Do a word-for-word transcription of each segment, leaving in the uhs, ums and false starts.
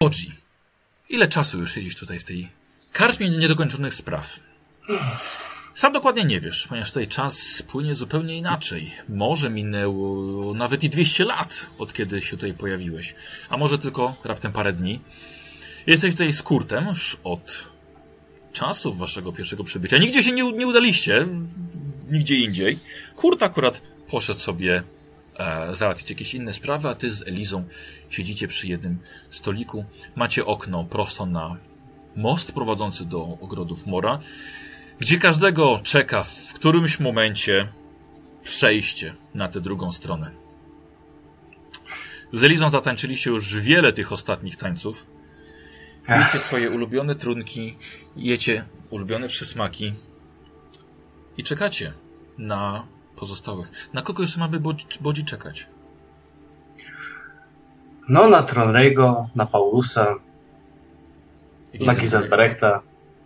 Bodzi, ile czasu już siedzisz tutaj w tej karczmie niedokończonych spraw? Sam dokładnie nie wiesz, ponieważ tutaj czas płynie zupełnie inaczej. Może minęło nawet i dwieście lat, od kiedy się tutaj pojawiłeś. A może tylko raptem parę dni. Jesteś tutaj z Kurtem już od czasów waszego pierwszego przybycia. Nigdzie się nie, nie udaliście, nigdzie indziej. Kurt akurat poszedł sobie e, załatwić jakieś inne sprawy, a ty z Elizą siedzicie przy jednym stoliku. Macie okno prosto na most prowadzący do ogrodów Mora, gdzie każdego czeka w którymś momencie przejście na tę drugą stronę. Z Elizą zatańczyliście już wiele tych ostatnich tańców. Jecie swoje ulubione trunki, jecie ulubione przysmaki i czekacie na pozostałych. Na kogo jeszcze mamy Bodzi czekać? No, na Tronrego, na Paulusa, na Giselbrechta.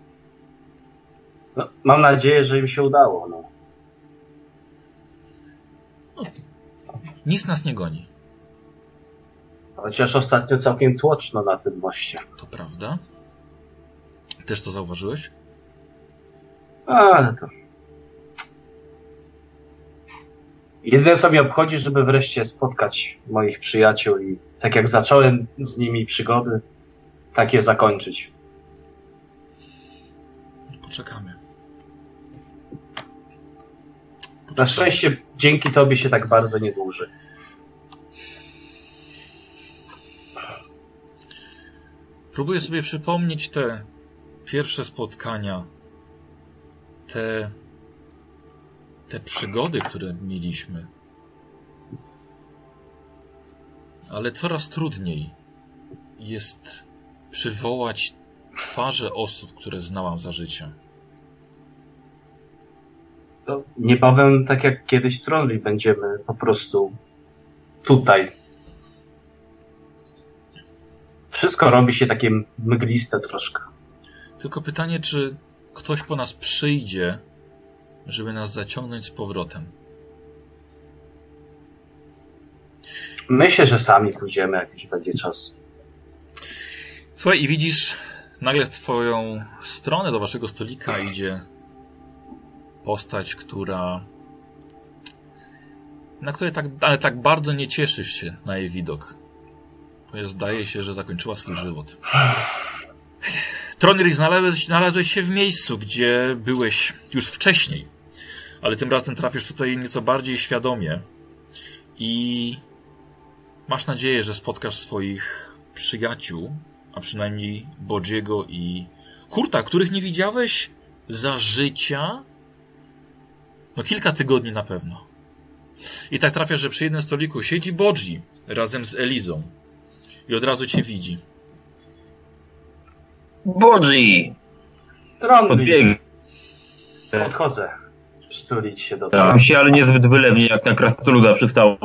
No, mam nadzieję, że im się udało. No. No, nic nas nie goni. Chociaż ostatnio całkiem tłoczno na tym moście. To prawda. Też to zauważyłeś? Ale to... Jedyne co mnie obchodzi, żeby wreszcie spotkać moich przyjaciół i tak jak zacząłem z nimi przygody, tak je zakończyć. Poczekamy. Poczekamy. Na szczęście dzięki tobie się tak bardzo nie dłuży. Próbuję sobie przypomnieć te pierwsze spotkania, te, te przygody, które mieliśmy. Ale coraz trudniej jest przywołać twarze osób, które znałam za życia. To niebawem, tak jak kiedyś Tronli, będziemy po prostu tutaj. Wszystko robi się takie mgliste troszkę. Tylko pytanie, czy ktoś po nas przyjdzie, żeby nas zaciągnąć z powrotem? Myślę, że sami pójdziemy, jak już będzie czas. Słuchaj, i widzisz, nagle w twoją stronę, do waszego stolika idzie postać, która... na której tak, ale tak bardzo nie cieszysz się na jej widok. Ponieważ zdaje się, że zakończyła swój żywot. Tronri, znalazłeś, znalazłeś się w miejscu, gdzie byłeś już wcześniej, ale tym razem trafisz tutaj nieco bardziej świadomie i masz nadzieję, że spotkasz swoich przyjaciół, a przynajmniej Bodziego i Kurta, których nie widziałeś za życia no kilka tygodni na pewno. I tak trafiasz, że przy jednym stoliku siedzi Bodzi razem z Elizą i od razu cię widzi. Bodzi! Tronli! Podchodzę. Przytulić się do Tam się, ale niezbyt wylewnie, jak na krasnoluda przystało.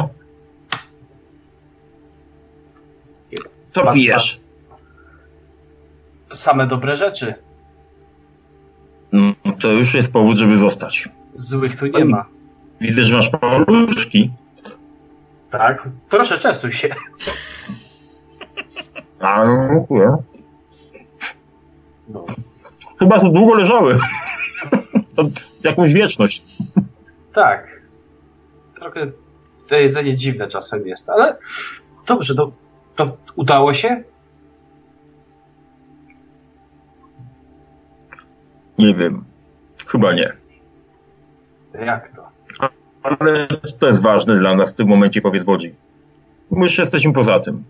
Co Masz pijesz? Same dobre rzeczy. No, to już jest powód, żeby zostać. Złych tu nie ma. Widzę, że masz paluszki. Tak? Proszę, częstuj się. A, dziękuję. No. Chyba tu długo leżały. Jakąś wieczność. Tak. Trochę to jedzenie dziwne czasem jest, ale dobrze, to, to udało się? Nie wiem. Chyba nie. Jak to? Ale to jest ważne dla nas w tym momencie, powiedz Bodzi. My już jesteśmy poza tym.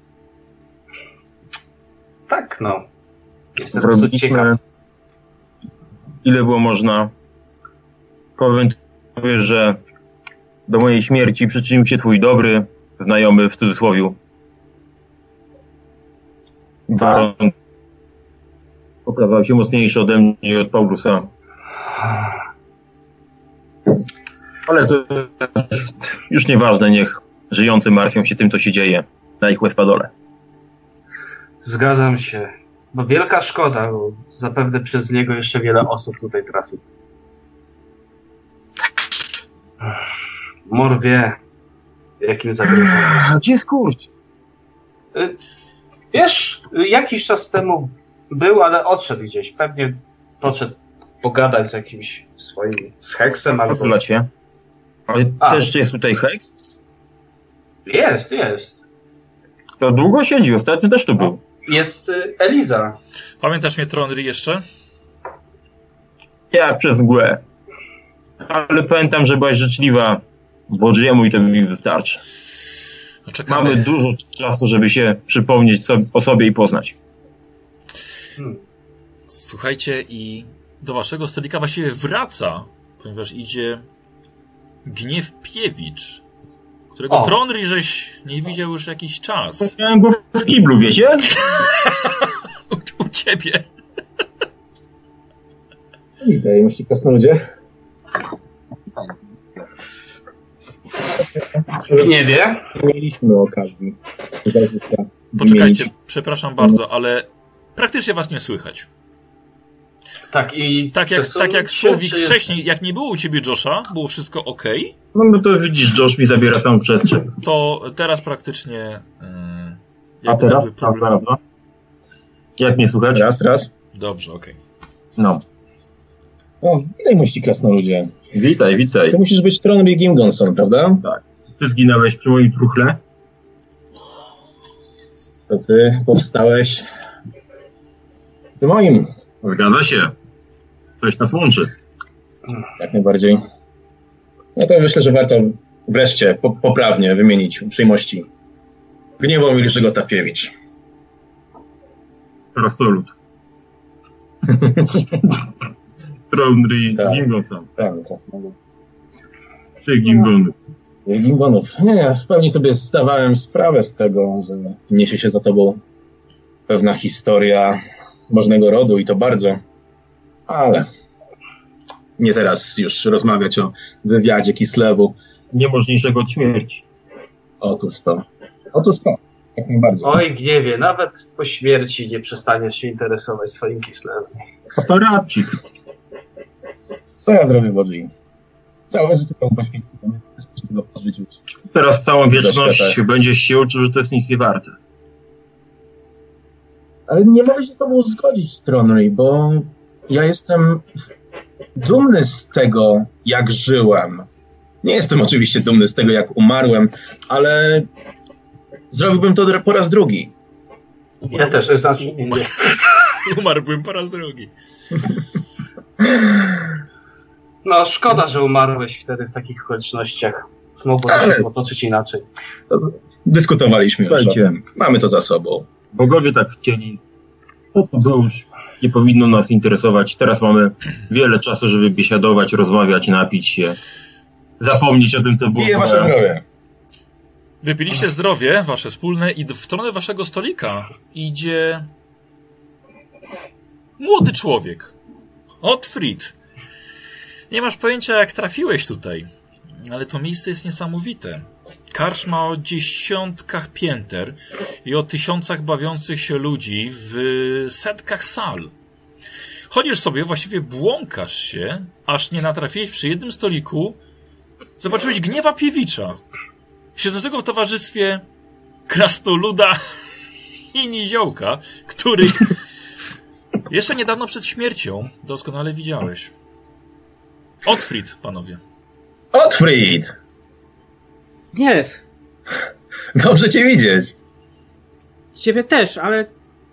Tak, no. Jestem po prostu ciekaw. Ile było można. Powiem tobie, że do mojej śmierci przyczynił się twój dobry znajomy, w cudzysłowie. Baron okazał się mocniejszy ode mnie i od Paulusa. Ale to jest już nieważne, niech żyjący martwią się tym, co się dzieje na ich Westpadole. Zgadzam się. Bo wielka szkoda, bo zapewne przez niego jeszcze wiele osób tutaj trafi. Mor wie, jakim zagrożeniem jest. A gdzie jest kurcz? Y Wiesz, jakiś czas temu był, ale odszedł gdzieś. Pewnie poszedł pogadać z jakimś swoim, z Heksem albo... Gratulacje. Ale A. też jest tutaj Heks? Jest, jest. To długo siedzi, ostatnio też tu był. Jest y, Eliza. Pamiętasz mnie, Tronry, jeszcze? Jak przez mgłę. Ale pamiętam, że byłaś życzliwa Bodziemu i to mi wystarczy. No, czekamy. Mamy dużo czasu, żeby się przypomnieć so- o sobie i poznać. Hmm. Słuchajcie, i do waszego stolika właściwie wraca, ponieważ idzie Gniew Piewicz, którego O. Tronry żeś nie widział już jakiś czas. Miałem go w kiblu, wiecie? U, u ciebie. Witaj, mości krasnoludzie. Nie wie. Nie mieliśmy okazji. Poczekajcie, przepraszam bardzo, ale praktycznie was nie słychać. Tak, i Tak jak, przesunąć tak jak się, Słowik czy jest- wcześniej, jak nie było u ciebie Josha, było wszystko ok, No, no to widzisz, Josh mi zabiera całą przestrzeń. to teraz praktycznie yy, A jakby teraz? też były problemy. Raz, raz, Jak mnie słychać? Raz, raz. Dobrze, okej. No. O, witaj, mości krasnoludzie. Witaj, witaj. To musisz być Tronry Gimgonson, prawda? Ty zginąłeś przy moim truchle? To ty powstałeś przy moim. Zgadza się. Coś nas łączy. Jak najbardziej. No to myślę, że warto wreszcie po, poprawnie wymienić uprzejmości. Gniewomir Żygotapiewicz. Krasnolud. Tronry Tak. Gimgonson. Tak, krasnolud. Czy Gimgonów. Gimgonów. Nie, ja w pełni sobie zdawałem sprawę z tego, że niesie się za tobą pewna historia możnego rodu i to bardzo. Ale nie teraz już rozmawiać o wywiadzie Kislewu. Niemożniejszego od śmierci. Otóż to. Otóż to. Jak najbardziej. Oj, Gniewie, nawet po śmierci nie przestaniesz się interesować swoim Kislem. Aparatcik. Co ja zrobię, Bodzi? Całe życie temu poświęcę. Też się tego pozbyć już. Teraz całą wieczność Zaświatę. będziesz się uczył, że to jest nic nie warte. Ale nie mogę się z tobą zgodzić, Tronry, bo ja jestem dumny z tego, jak żyłem. Nie jestem oczywiście dumny z tego, jak umarłem, ale zrobiłbym to po raz drugi. Ja też, to znaczy nie, nie. Umarłbym po raz drugi. No, szkoda, że umarłeś wtedy w takich okolicznościach. Mogło to Ale- się potoczyć inaczej. Dyskutowaliśmy już o Słuchajcie. tym. Mamy to za sobą. Bogowie tak chcieli. To to już nie powinno nas interesować. Teraz mamy wiele czasu, żeby biesiadować, rozmawiać, napić się. Zapomnieć o tym, co było. Piję wasze zdrowie. Wypiliście zdrowie, wasze wspólne, i w stronę waszego stolika idzie młody człowiek. Otfrid. Nie masz pojęcia, jak trafiłeś tutaj, ale to miejsce jest niesamowite. Karczma o dziesiątkach pięter i o tysiącach bawiących się ludzi w setkach sal. Chodzisz sobie, właściwie błąkasz się, aż nie natrafiłeś przy jednym stoliku. Zobaczyłeś Gniewa Piewicza, siedzącego w towarzystwie krasnoluda i niziołka, który jeszcze niedawno przed śmiercią doskonale widziałeś. Otfrid, panowie. Otfrid! Gniew. Dobrze cię widzieć. Ciebie też, ale...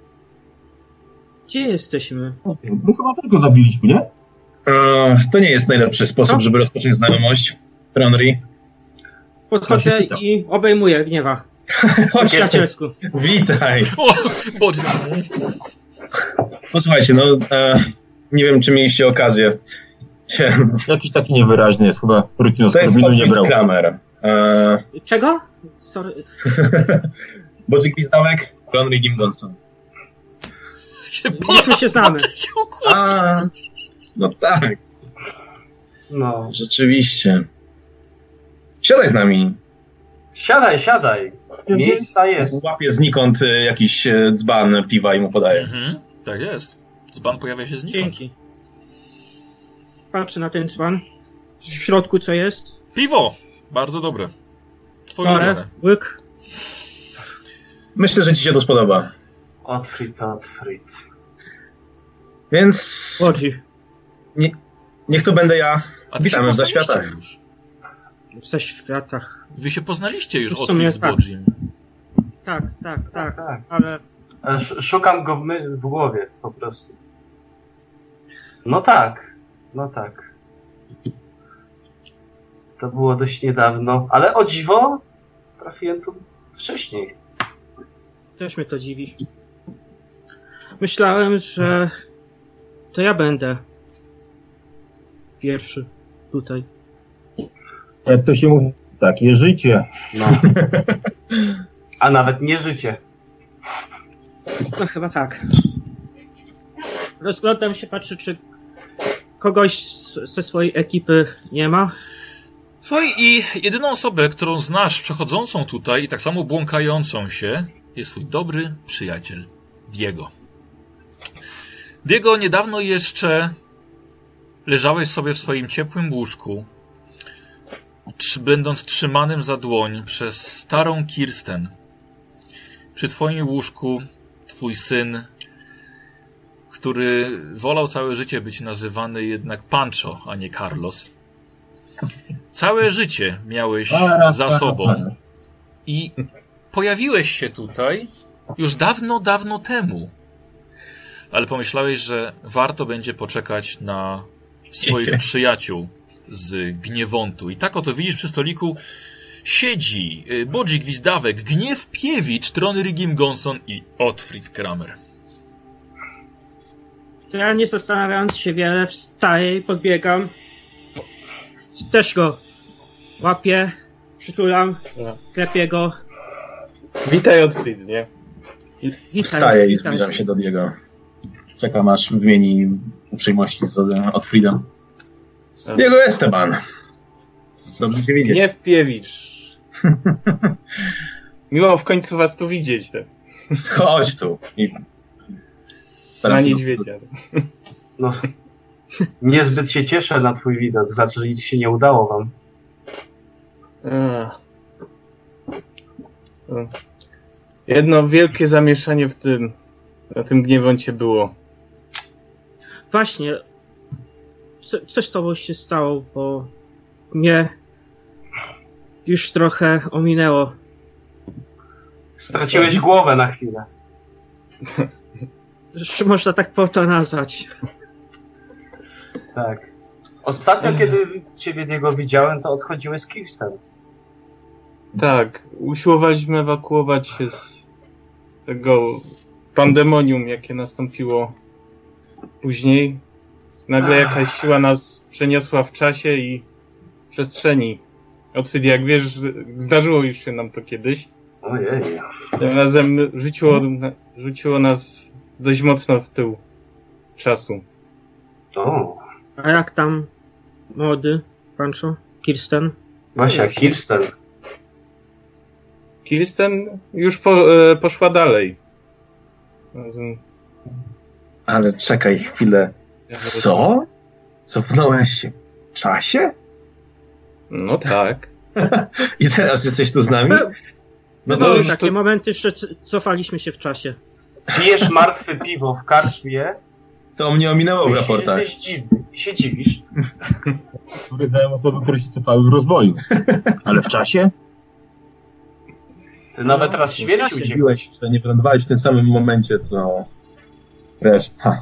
Gdzie jesteśmy? My chyba tylko zabiliśmy, nie? E, to nie jest najlepszy sposób, Co? żeby rozpocząć znajomość. Tronry. Podchodzę Ja się pytam. i obejmuję Gniewa. Po Chodź, przyjacielsku. witaj. O, Boże. Posłuchajcie, no e, nie wiem, czy mieliście okazję. się- Jakiś taki niewyraźny jest, chyba To jest rutinoskarbinu nie brał. Otfrid Kramer. E, Czego? Sorry. Bodzik Gwizdałek, Tronry Gimgonson. Się Już my się znamy. się układa. A, no tak, No. rzeczywiście. Siadaj z nami. Siadaj, siadaj. Miejsca jest. Łapie znikąd e, jakiś e, dzban piwa i mu podaje. Mhm, tak jest. Dzban pojawia się znikąd. Dzięki. Patrzę na ten dzban. W środku co jest? Piwo! Bardzo dobre. Twoje Ale ulubione. łyk. Myślę, że ci się to spodoba. Otfrid, Otfrid. Więc Łodzi. nie, niech to będę ja. A wy się Witamy w poznaliście zaświatach. już. W zaświatach. Wy się poznaliście już W sumie Otfrid z tak. Bodzim. Tak, tak, tak, Tak. ale Ale sz- Szukam go w, my- w głowie po prostu. No tak, no tak. To było dość niedawno, ale o dziwo trafiłem tu wcześniej. też mnie to dziwi. Myślałem, że to ja będę pierwszy tutaj. Jak to się mówi, takie życie. No. A nawet nie życie. No chyba tak. Rozglądam się, patrzę, czy kogoś z- ze swojej ekipy nie ma. Słuchaj, i jedyną osobę, którą znasz przechodzącą tutaj i tak samo błąkającą się, jest twój dobry przyjaciel, Diego. Diego, niedawno jeszcze leżałeś sobie w swoim ciepłym łóżku, tr- będąc trzymanym za dłoń przez starą Kirsten. Przy twoim łóżku twój syn, który wolał całe życie być nazywany jednak Pancho, a nie Carlos. Całe życie miałeś za sobą i pojawiłeś się tutaj już dawno, dawno temu. Ale pomyślałeś, że warto będzie poczekać na swoich przyjaciół z Gniewontu. I tak oto widzisz przy stoliku siedzi y, Bodzi Gwizdawek, Gniew Piewicz, Trony Gimgonson i Otfrid Kramer. To ja, nie zastanawiając się wiele, wstaję i podbiegam. Też go łapię, przytulam, klepię go. Witaj, Otfrid, nie? Witaj, Wstaję i witaj. zbliżam się do Diego. Czekam aż wymieni uprzejmości z Otfridem. Diego Esteban. Dobrze cię widzieć. Nie wpiewicz. Miło w końcu was tu widzieć. Tak? Chodź tu. I Na staram się- niedźwiedzia. No, niezbyt się cieszę na twój widok, znaczy, że nic się nie udało wam. Ach. Jedno wielkie zamieszanie w tym, na tym Gniewoncie było. Właśnie, co, coś z tobą się stało, bo mnie już trochę ominęło. Straciłeś głowę na chwilę. Czy można tak po to nazwać? Tak. Ostatnio, kiedy ciebie niego widziałem, to odchodziłeś z Kirsten. Tak, usiłowaliśmy ewakuować się z tego pandemonium, jakie nastąpiło później. Nagle jakaś siła nas przeniosła w czasie i przestrzeni. Otwyd, jak wiesz, zdarzyło już się nam to kiedyś. Ojej. Tym razem rzuciło, rzuciło nas dość mocno w tył czasu. O, A jak tam młody Pancho? Kirsten? Basia, Kirsten. Kirsten już po, e, poszła dalej. Razem- Ale czekaj chwilę. Co? Cofnąłeś się w czasie? No tak. I teraz jesteś tu z nami? No, No Były to już takie to... momenty, że c- cofaliśmy się w czasie. Pijesz martwe piwo w karczmie To mnie ominęło w myślisz, że raportach. jesteś dziwny i się dziwisz. Znałem osoby, które się cofały w rozwoju. Ale w czasie? Ty nawet raz śmierci czasie. uciekłeś. Mówiłeś, że nie wylądowałeś w tym samym momencie, co reszta.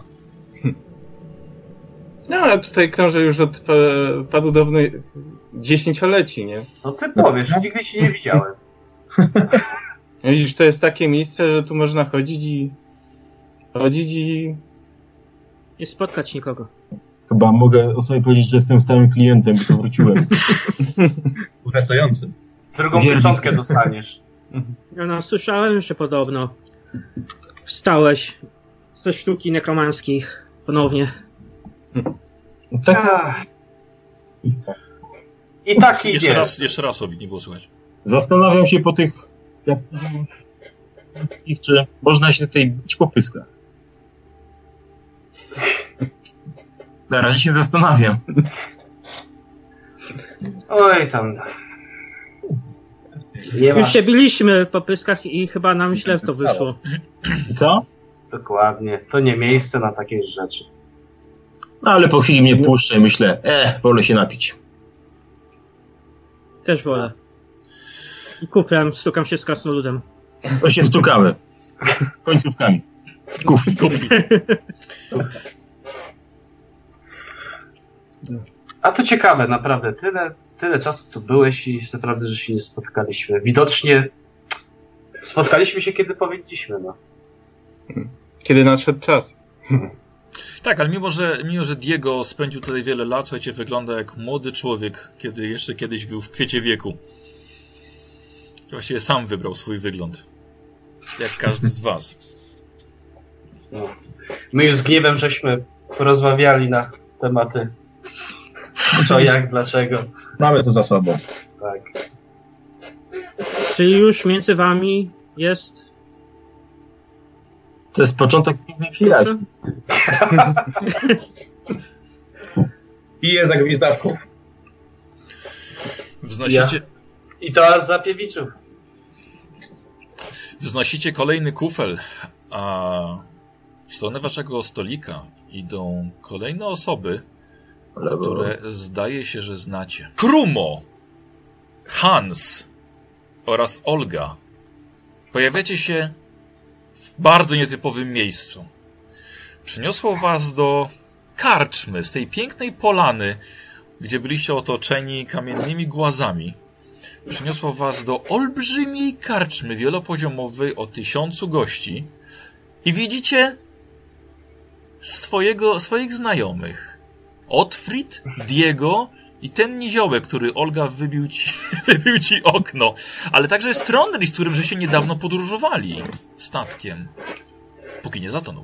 No ale tutaj krążę już od e, padu dawnej dziesięcioleci, nie? Co ty powiesz? Nigdy się nie widziałem. Widzisz, to jest takie miejsce, że tu można chodzić i chodzić i... Nie spotkać nikogo. Chyba mogę o sobie powiedzieć, że jestem stałym klientem, bo tu wróciłem. Wracającym. Drugą Wierni. pieczątkę dostaniesz. Ja no, słyszałem, że podobno wstałeś ze sztuki nekromanskich ponownie. Tak, Ach. I tak Jeszcze idzie. raz, jeszcze raz, Owi, nie było słychać. zastanawiam się po tych... Jak... Czy można się tutaj bić po pyskach? Na razie się zastanawiam. Oj tam. Nie Już masz. się biliśmy po pyskach i chyba nam źle w to wyszło. Co? Dokładnie. To nie miejsce na takie rzeczy. No ale po chwili mnie puszczę i myślę, e, wolę się napić. Też wolę. I kuflem stukam się z krasnoludem. To się stukamy. Końcówkami. Kufli. Kufli. A to ciekawe, naprawdę. Tyle, tyle czasu tu byłeś i naprawdę, że się nie spotkaliśmy. Widocznie spotkaliśmy się, kiedy powinniśmy. No. Kiedy nadszedł czas. Tak, ale mimo że, mimo, że Diego spędził tutaj wiele lat, słuchajcie, wygląda jak młody człowiek, kiedy jeszcze kiedyś był w kwiecie wieku. Właściwie sam wybrał swój wygląd. Jak każdy z was. No. My już z Gniewem żeśmy porozmawiali na tematy co, jak, dlaczego. Mamy to za sobą. Tak. Czyli już między wami jest... To jest początek pięknej przyjaźni. Piję za gwizdawków. Wznosicie, I to aż za Piewiczów. wznosicie kolejny kufel, a w stronę waszego stolika idą kolejne osoby, które zdaje się, że znacie. Krumo, Hans oraz Olga pojawiacie się w bardzo nietypowym miejscu. Przyniosło was do karczmy z tej pięknej polany, gdzie byliście otoczeni kamiennymi głazami. Przyniosło was do olbrzymiej karczmy wielopoziomowej o tysiącu gości i widzicie swojego, swoich znajomych. Otfrid, Diego i ten niziołek, który Olga wybił ci, wybił ci okno. Ale także jest Trondri, z którym żeście niedawno podróżowali statkiem. Póki nie zatonął.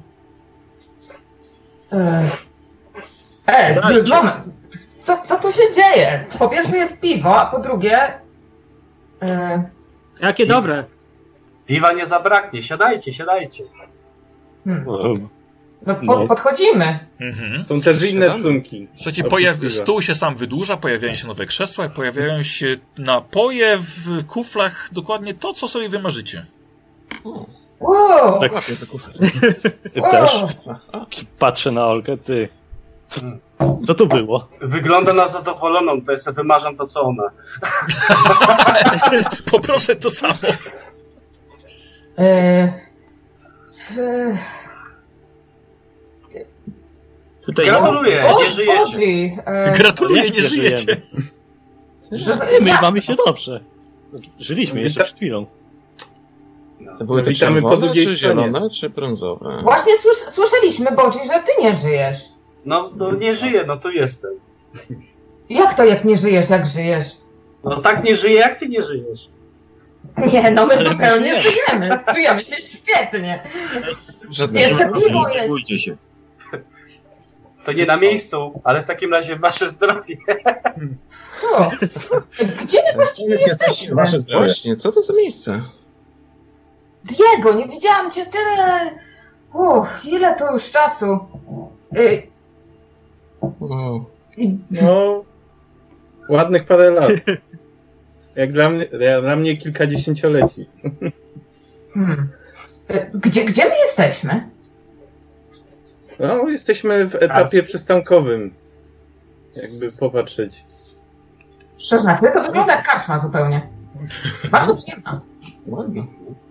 E, e moment. Co, co tu się dzieje? Po pierwsze jest piwo, a po drugie... E, Jakie dobre. Piwa nie zabraknie. Siadajcie, siadajcie. hmm. No, po, podchodzimy. Mhm. Są też inne trunki. Słuchajcie, pojaw- stół się sam wydłuża, pojawiają się nowe krzesła, pojawiają się napoje w kuflach, dokładnie to, co sobie wymarzycie. Wow. Tak, ty wow. też. Patrzę na Olgę, ty. Co, co to było? Wygląda na zadowoloną, to jest wymarzam to, co ona. Poproszę to samo. E, e, Tutaj Gratuluję, o, nie żyjecie. Bodzi, e, Gratuluję, Jak nie nie żyjecie. My mamy się dobrze. Żyliśmy jeszcze przed chwilą. To były te Witamy po czerwone, drugiej czy stronie. zielone, czy brązowe? Właśnie słys- słyszeliśmy, Bodzi, że ty nie żyjesz. No, no nie żyję, no tu jestem. Jak to, jak nie żyjesz, jak żyjesz? No tak nie żyję, jak ty nie żyjesz. Nie, no my Ale my zupełnie żyjemy. żyjemy. Czujemy się świetnie. Żadne Jeszcze żadne. piwo jest. bójcie się. To nie na miejscu, ale w takim razie wasze zdrowie. O, gdzie my właściwie jesteśmy? Wasze zdrowie. Właśnie, co to za miejsce? Diego, nie widziałam cię tyle... Uff, ile to już czasu. Y, Wow. i- No, ładnych parę lat. Jak dla mnie, jak dla mnie kilkadziesięcioleci. hmm. Y, Gdzie, gdzie my jesteśmy? No, jesteśmy w etapie przystankowym. Jakby popatrzeć. To znaczy, to wygląda jak karczma zupełnie. Bardzo przyjemna. Ładno.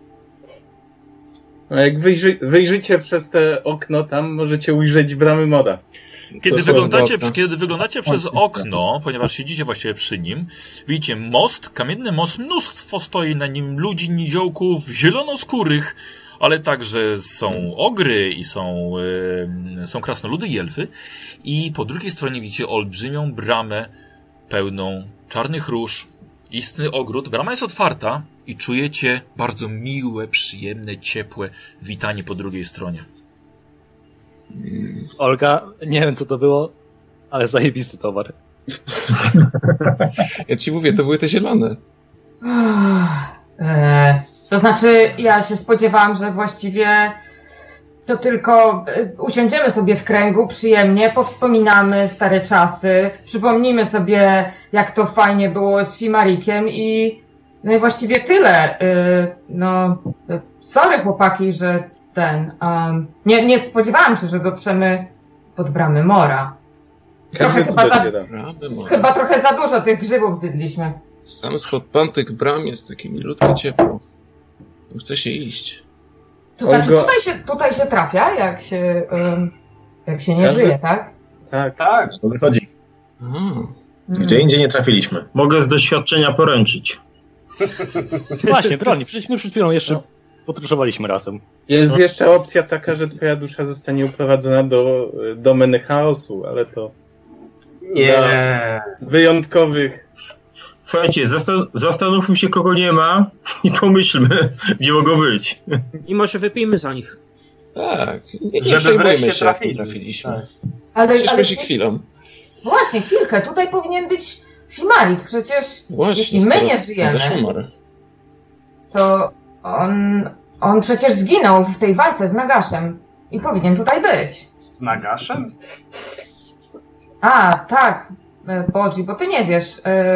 A jak wyjrzy, wyjrzycie przez te okno, tam możecie ujrzeć bramy moda. Kiedy To wyglądacie, okno. kiedy wyglądacie przez okno, ponieważ siedzicie właściwie przy nim, widzicie most, kamienny most, mnóstwo stoi na nim ludzi, niziołków, zielonoskórych, ale także są ogry i są, yy, są krasnoludy i elfy. I po drugiej stronie widzicie olbrzymią bramę pełną czarnych róż, istny ogród. Brama jest otwarta i czujecie bardzo miłe, przyjemne, ciepłe witanie po drugiej stronie. Olga, nie wiem co to było, ale zajebisty towar. Ja ci mówię, to były te zielone. E, to znaczy, ja się spodziewałam, że właściwie to tylko e, usiądziemy sobie w kręgu przyjemnie, powspominamy stare czasy, przypomnimy sobie, jak to fajnie było z Fimarikiem i no i właściwie tyle. E, no, e, sorry chłopaki, że ten... Um, nie, nie spodziewałam się, że dotrzemy pod bramy Mora. Trochę chyba, za, chyba trochę za dużo tych grzybów zjedliśmy. Tam spod tych bram jest takie milutkie ciepło. Chce się iść. To znaczy tutaj się, tutaj się trafia, jak się, um, jak się nie Każdy... żyje, tak? Tak, tak. To wychodzi. Hmm. Gdzie indziej nie trafiliśmy. Mogę z doświadczenia poręczyć. Właśnie, Troni, przecież my przed chwilą jeszcze no. podróżowaliśmy razem. Jest no. jeszcze opcja taka, że twoja dusza zostanie uprowadzona do domeny chaosu, ale to... Nie. Wyjątkowych... Słuchajcie, zastan- zastanówmy się, kogo nie ma i pomyślmy, gdzie mogą być. I może wypijmy za nich. Tak, nie, nie żeby wreszcie się, trafili. trafiliśmy. Tak. Ale, ale się chwilą. Właśnie, chwilkę, tutaj powinien być Fimarik, przecież Właśnie, jeśli my nie żyjemy, to on, on przecież zginął w tej walce z Nagaszem i powinien tutaj być. Z Nagaszem? A, tak, Bodzi, bo ty nie wiesz.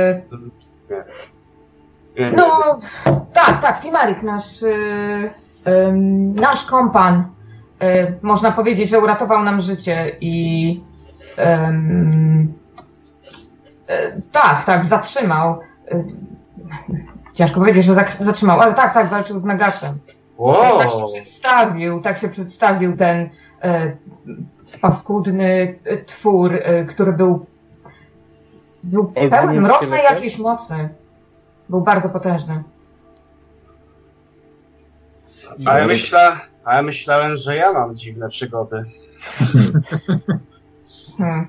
Yy, no, tak, tak, Fimarik, nasz, yy, yy, nasz kompan, yy, można powiedzieć, że uratował nam życie i yy, yy, tak, tak, zatrzymał. Yy, ciężko powiedzieć, że zatrzymał, ale tak, tak, walczył z Nagaszem. Wow. Tak się przedstawił, tak się przedstawił ten yy, paskudny twór, yy, który był Był pełen mrocznej jakiejś mocy. Był bardzo potężny. A ja, myśla, a ja myślałem, że ja mam dziwne przygody. Hmm.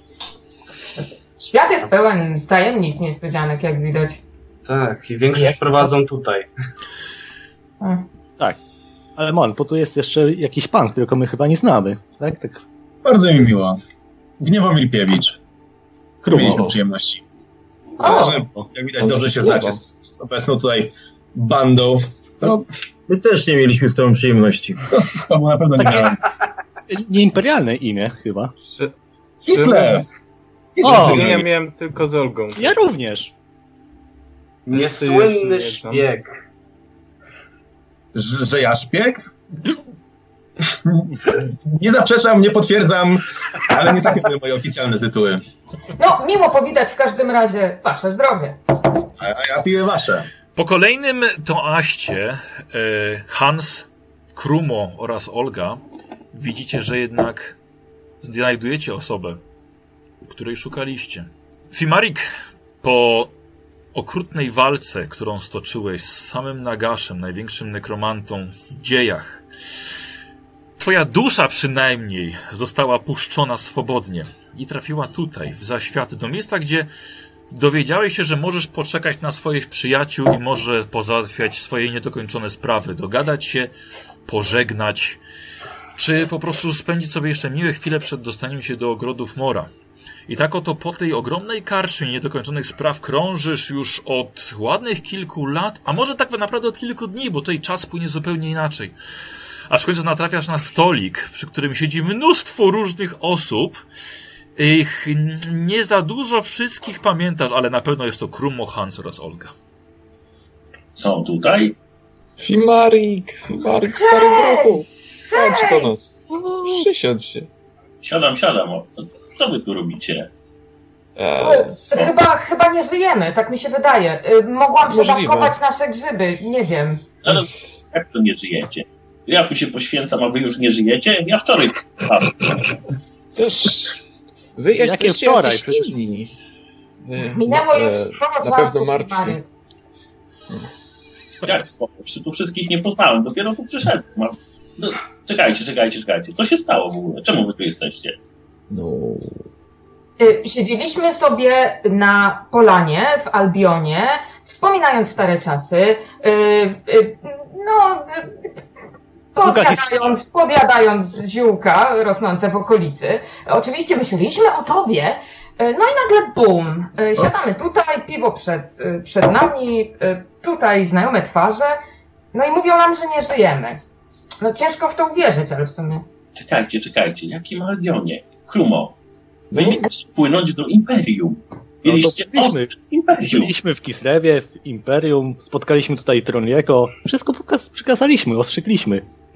Świat jest pełen tajemnic niespodzianek, jak widać. Tak, i większość prowadzą tutaj. Hmm. Tak, ale Mon, po tu jest jeszcze jakiś pan, którego my chyba nie znamy. Tak? tak. Bardzo mi miło. Gniewomir Piewicz. Mieliśmy przyjemności. Ale że, jak widać, dobrze się znacie z, z obecną tutaj bandą. To... My też nie mieliśmy z tobą przyjemności. To z tobą na pewno nie miałem. Nieimperialne imię chyba. Kislev! O, ja miałem tylko z Olgą. Ja również. Niesłynny szpieg. Że, że ja szpieg? Nie zaprzeczam, nie potwierdzam, ale nie takie były moje oficjalne tytuły. No, miło powitać w każdym razie wasze zdrowie. A, a ja piję wasze. Po kolejnym toaście Hans, Krumo oraz Olga widzicie, że jednak znajdujecie osobę, której szukaliście. Fimarik, po okrutnej walce, którą stoczyłeś z samym Nagaszem, największym nekromantą w dziejach, twoja dusza przynajmniej została puszczona swobodnie i trafiła tutaj, w zaświaty, do miejsca, gdzie dowiedziałeś się, że możesz poczekać na swoich przyjaciół i może pozałatwiać swoje niedokończone sprawy, dogadać się, pożegnać, czy po prostu spędzić sobie jeszcze miłe chwile przed dostaniem się do ogrodów Mora. I tak oto po tej ogromnej karczmie niedokończonych spraw krążysz już od ładnych kilku lat, a może tak naprawdę od kilku dni, bo tutaj czas płynie zupełnie inaczej. Aż w końcu natrafiasz na stolik, przy którym siedzi mnóstwo różnych osób. Ich nie za dużo wszystkich pamiętasz, ale na pewno jest to Krumo, Hans oraz Olga. Są tutaj? Fimarik, Fimarik, stary wrogu. Chodź do nas. Przysiądź się. Siadam, siadam. Co wy tu robicie? Eee, chyba, chyba nie żyjemy, tak mi się wydaje. Mogłam przedawkować nasze grzyby, nie wiem. Ale jak to nie żyjecie? Ja tu się poświęcam, a wy już nie żyjecie? Ja wczoraj... Cóż, wy jesteście jacyś inni. Minęło już sporo czasu. Na pewno martwi. Jak sporo? Tu wszystkich nie poznałem, dopiero tu przyszedłem. No, czekajcie, czekajcie, czekajcie. Co się stało w ogóle? Czemu wy tu jesteście? No... Siedzieliśmy sobie na polanie w Albionie, wspominając stare czasy. No... Podjadając, podjadając ziółka rosnące w okolicy. Oczywiście myśleliśmy o tobie. No i nagle bum. Siadamy tutaj, piwo przed, przed nami, tutaj znajome twarze. No i mówią nam, że nie żyjemy. No ciężko w to uwierzyć, ale w sumie... Czekajcie, czekajcie. Jakim Albionie? Krumo, wy mieliście płynąć do Imperium. Mieliście no byliśmy, Imperium. Byliśmy w Kislewie, w Imperium, spotkaliśmy tutaj Troniego. Wszystko przykazaliśmy, ostrzykliśmy.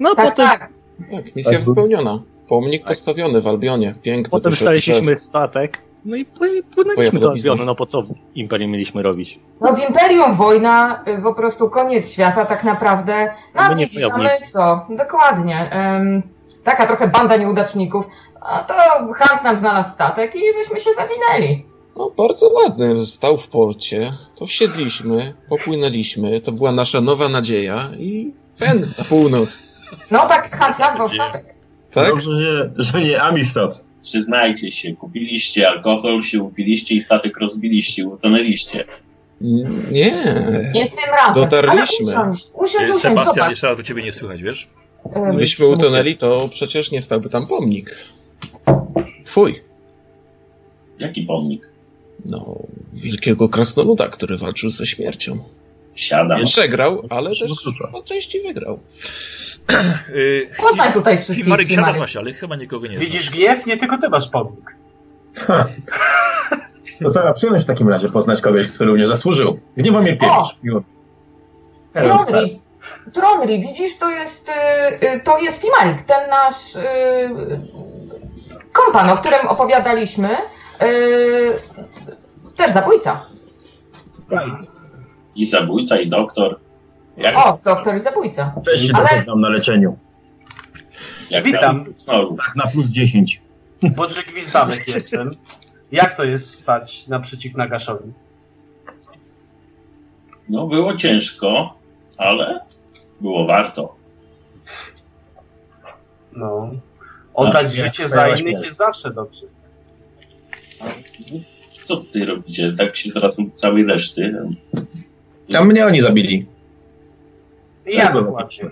No Tak, potem, tak. Tak, misja wypełniona. Pomnik postawiony w Albionie. Piękny. potem duży znaleźliśmy drzew. statek. No i pły- płynęliśmy Twoja do podobizna. Albionu. No po co w Imperium mieliśmy robić? No w Imperium wojna, y, po prostu koniec świata tak naprawdę. No My a nie widzisz, a my wojownicy. co? Dokładnie. Ym, taka trochę banda nieudaczników. A to Hans nam znalazł statek i żeśmy się zawinęli. No bardzo ładny. Stał w porcie. To wsiedliśmy, popłynęliśmy. To była nasza nowa nadzieja i ten na północ. No tak Hans nazwał statek. Tak? Dobrze, że, że nie Amistad. Przyznajcie się, kupiliście alkohol, się upiliście i statek rozbiliście, utonęliście. Nie. Nie tym razem. Dotarliśmy. Ale usiądź, usiądź, E, usiądź, Sebastian, zobacz. jeszcze raz do ciebie nie słychać, wiesz? Ym, Gdybyśmy utonęli, to przecież nie stałby tam pomnik. Twój. Jaki pomnik? No, wielkiego krasnoluda, który walczył ze śmiercią. Siadam. Przegrał, ale No też po części wygrał. Yy, Poznaj tutaj wszystkich, Marek, siadasz Marek. właśnie, ale chyba nikogo nie Widzisz znasz. gniew? Nie tylko ty masz pomnik. Ha. To za przyjemność w takim razie poznać kogoś, kto również zasłużył. Gniewomir Piewicz. Miło. Tronri, Tronri, widzisz, to jest, y, y, to jest Kimalik, ten nasz y, kompan, o którym opowiadaliśmy. Y, też zabójca. I zabójca, i doktor. Jak, O, doktor i zabójca. Też się Ale- znam na leczeniu. jak Witam. Znowu. Tak na plus dziesięć. Bodrzyk Gwizdamek jestem. Jak to jest stać naprzeciw Nagaszowi? No było ciężko, ale było warto. No. Oddać Ach, jak życie za wspaniała innych śmierć. jest zawsze dobrze. Co tutaj robicie? Tak się teraz całej reszty. A mnie oni zabili. I ja było dokładnie.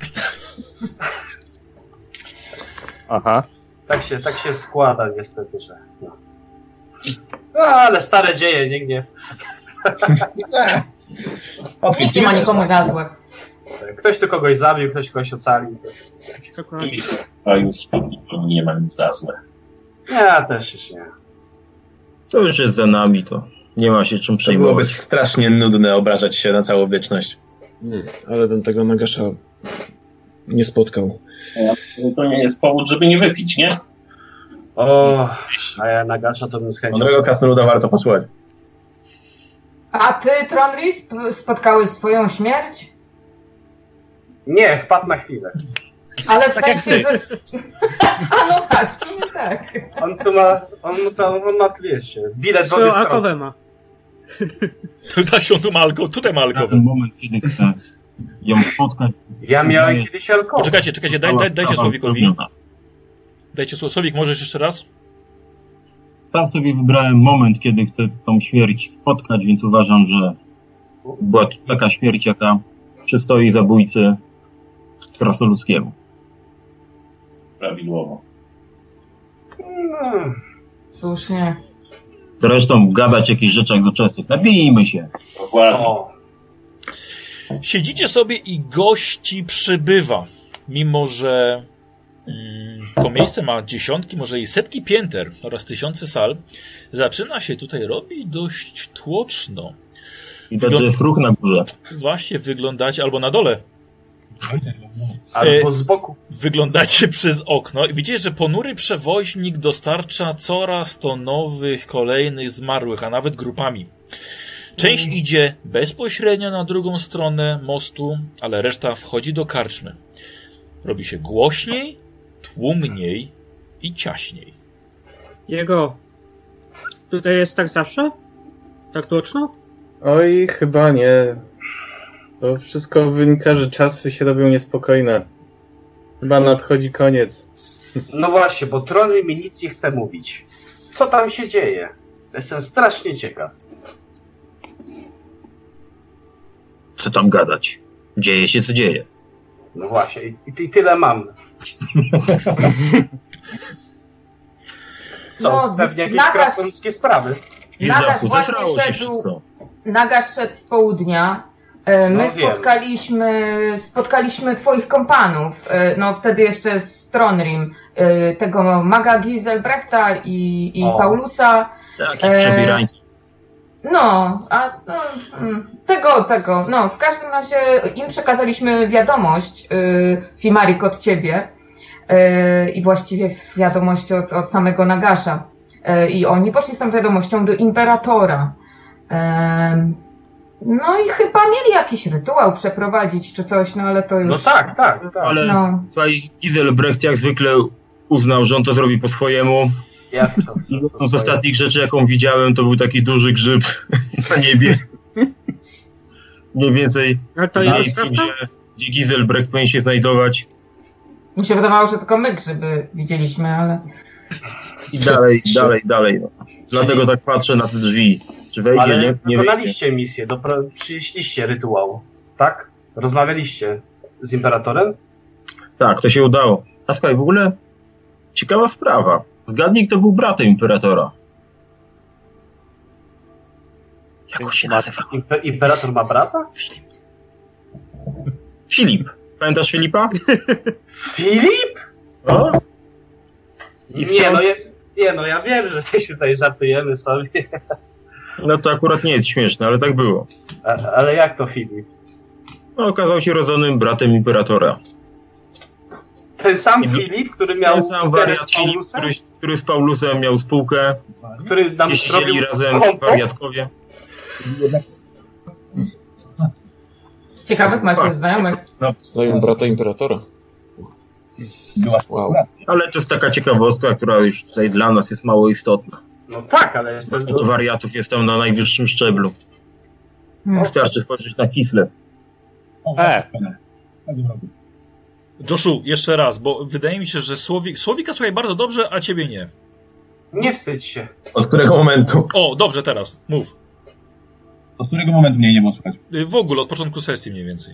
Aha. Tak się, tak się składa niestety, że... No. No, ale stare dzieje, nie gniew. Nikt nie ma nikomu na złe. Ktoś tu kogoś zabił, ktoś kogoś ocalił. Dokładnie. A już nie ma nic za złe. Ja też już nie. To już jest za nami, to nie ma się czym To byłoby przejmować. strasznie nudne obrażać się na całą wieczność. Hmm, ale bym tego Nagasza nie spotkał. To nie jest powód, żeby nie wypić, nie? O, a ja Nagasza to bym z chęcią... Mądrego krasnoluda warto posłuchać. A ty, Tronri, sp- spotkałeś swoją śmierć? Nie, wpadł na chwilę. Ale w Tak jak sensie, że... A no tak, w sumie tak. On tu ma, on, to, on ma, wiesz, bilet w obie Co strony. alkowe ma. Tutaj się tu ma alko, tutaj ma Na alkowe. ten moment, kiedy chcę ją spotkać. Ja miałem kiedyś alkohol. Poczekajcie, czekajcie, daj, daj, dajcie Sprawa Słowikowi. spełniona. Dajcie Słowik, Słowik, możesz jeszcze raz? Sam sobie wybrałem moment, kiedy chcę tą śmierć spotkać, więc uważam, że była to taka śmierć, jaka przystoi zabójcy krasnoludzkiemu. Prawidłowo. No, Słusznie. Zresztą gadać o jakichś rzeczach doczesnych. Nabijmy się. Dokładnie. o, Siedzicie sobie i gości przybywa. Mimo, że mm, to miejsce ma dziesiątki, może i setki pięter oraz tysiące sal, zaczyna się tutaj robić dość tłoczno. Widać, że jest ruch na górze. Właśnie wyglądacie, albo na dole, albo E, z boku. wyglądacie przez okno i widzicie, że ponury przewoźnik dostarcza coraz to nowych, kolejnych zmarłych, a nawet grupami. Część idzie bezpośrednio na drugą stronę mostu, ale reszta wchodzi do karczmy. Robi się głośniej, tłumniej i ciaśniej. Jego. Tutaj jest tak zawsze? Tak tłoczno? Oj, chyba nie. To wszystko wynika, że czasy się robią niespokojne. Chyba nadchodzi koniec. No właśnie, bo Tronry mi nic nie chce mówić. Co tam się dzieje? Jestem strasznie ciekaw. Co tam gadać? Dzieje się, co dzieje. No właśnie, i, i, i tyle mam. Co, No, pewnie jakieś Nagash- krasnoludzkie sprawy. Nagash Gwizdawku, właśnie zesrało się szedł, wszystko. Nagash szedł z południa. E, My No wiem. spotkaliśmy, spotkaliśmy twoich kompanów, e, no wtedy jeszcze z Tronrim, e, tego maga Giselbrechta i, i O. Paulusa. Taki E, przebierańcy. No, a no, mm, tego, tego. No, w każdym razie im przekazaliśmy wiadomość, yy, Fimarik, od ciebie yy, i właściwie wiadomość od, od samego Nagasza. Yy, I oni poszli z tą wiadomością do Imperatora. Yy, no i chyba mieli jakiś rytuał przeprowadzić czy coś, no ale to już... No tak, tak, tak. Ale No. tutaj Giselbrecht jak zwykle uznał, że on to zrobi po swojemu. Jak to? No z ostatnich rzeczy, jaką widziałem, to był taki duży grzyb na niebie. Mniej więcej A to w jest miejscu, prawda? gdzie, gdzie Giselbrecht powinien się znajdować. Mi się wydawało, że tylko my grzyby widzieliśmy, ale... I dalej, dalej, dalej. No. Dlatego tak patrzę na te drzwi. Czy wejdzie, Ale nie? Nie wejdzie. wykonaliście misję, dopra- przynieśliście rytuał, tak? Rozmawialiście z Imperatorem? Tak, to się udało. A słuchaj, w ogóle ciekawa sprawa. Zgadnij, kto był bratem Imperatora. Jak on się nazywa? Impe- Imperator ma brata? Filip. Pamiętasz Filipa? Filip? O? I Nie stąd- no, ja, nie no, ja wiem, że się tutaj żartujemy sobie, No to akurat nie jest śmieszne, ale tak było. A, ale jak to Filip? No, okazał się rodzonym bratem Imperatora. Ten sam I- Filip, który miał Ten sam interes wariat z Filip, Paulusem? który, który z Paulusem miał spółkę, Który nam gdzie siedzieli robił razem kompo? wariatkowie. Ciekawych macie znajomych. Znają brata Imperatora. Była Wow. Ale to jest taka ciekawostka, która już tutaj dla nas jest mało istotna. No tak, ale jestem... Od wariatów jest tam na najwyższym szczeblu. Hmm. Wystarczy spojrzeć na Kislev. E. Joshu, jeszcze raz, bo wydaje mi się, że Słowik, Słowika słuchaj bardzo dobrze, a ciebie nie. Nie wstydź się. Od którego momentu? O, dobrze, teraz, mów. Od którego momentu mnie nie było słychać? Y, W ogóle, od początku sesji mniej więcej.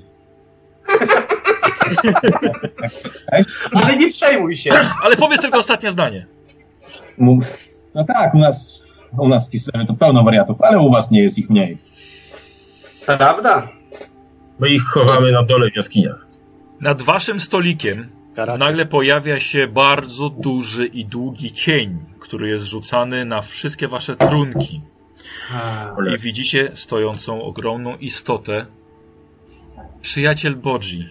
Ale nie przejmuj się. Ale powiedz tylko ostatnie zdanie. No tak, u nas, u nas w Kislewie to pełno wariatów, ale u was nie jest ich mniej. Prawda? My ich chowamy na dole w jaskiniach. Nad waszym stolikiem Karate. nagle pojawia się bardzo duży i długi cień, który jest rzucany na wszystkie wasze trunki. I widzicie stojącą ogromną istotę. Przyjaciel Bodzi.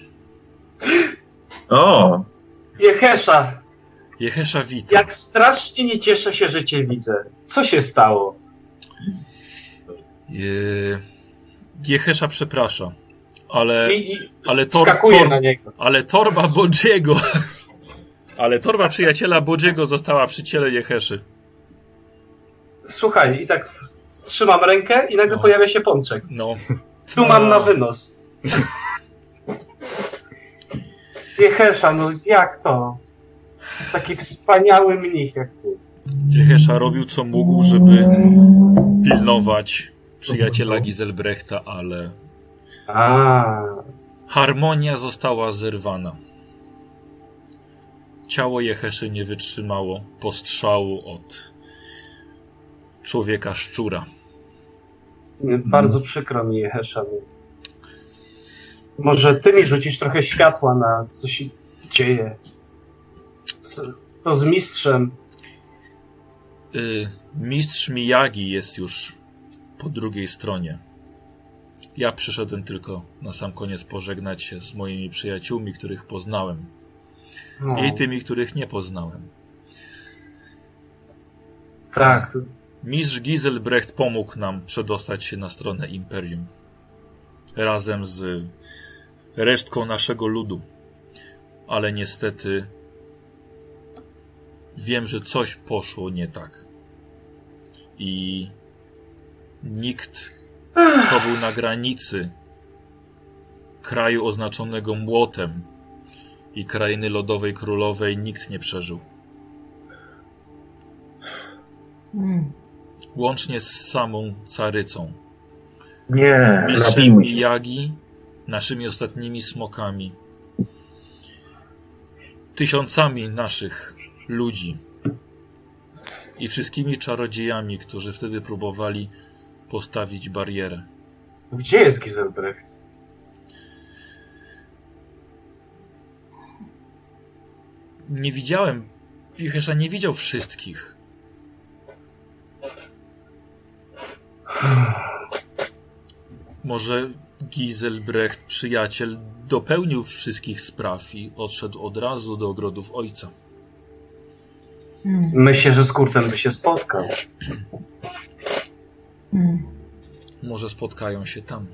O! Jehesza, Jehesza wita. jak strasznie nie cieszę się, że cię widzę. Co się stało? Je... Jehesza przeprasza, ale, I, i ale, tor, skakuje tor, na niego. ale torba Bodziego, ale torba przyjaciela Bodziego została przy ciele Jeheszy. Słuchaj, i tak trzymam rękę i nagle No. pojawia się pączek. No. Tu mam na wynos. Jehesza, no jak to? Taki wspaniały mnich jak ty. Jehesza robił co mógł, żeby pilnować przyjaciela Giselbrechta, ale A, harmonia została zerwana. Ciało Jeheszy nie wytrzymało postrzału od człowieka szczura. bardzo przykro mi, Jehesza. Może ty mi rzucisz trochę światła na co się dzieje. Co, to z mistrzem. Y, mistrz Miyagi jest już po drugiej stronie. Ja przyszedłem tylko na sam koniec pożegnać się z moimi przyjaciółmi, których poznałem. No, I tymi, których nie poznałem. tak, to, Mistrz Giselbrecht pomógł nam przedostać się na stronę Imperium. Razem z resztką naszego ludu. Ale niestety wiem, że coś poszło nie tak. I nikt, kto był na granicy kraju oznaczonego młotem i krainy lodowej królowej, nikt nie przeżył. Hmm. Łącznie z samą carycą. Nie, Mistrzem napijmy się. Miyagi, naszymi ostatnimi smokami, tysiącami naszych ludzi i wszystkimi czarodziejami, którzy wtedy próbowali postawić barierę. gdzie jest Giselbrecht? Nie widziałem, Jehesza nie widział wszystkich. Może Giselbrecht, przyjaciel, dopełnił wszystkich spraw i odszedł od razu do ogrodów ojca. Hmm. Myślę, że z Kurtem by się spotkał. Hmm. Może spotkają się tam.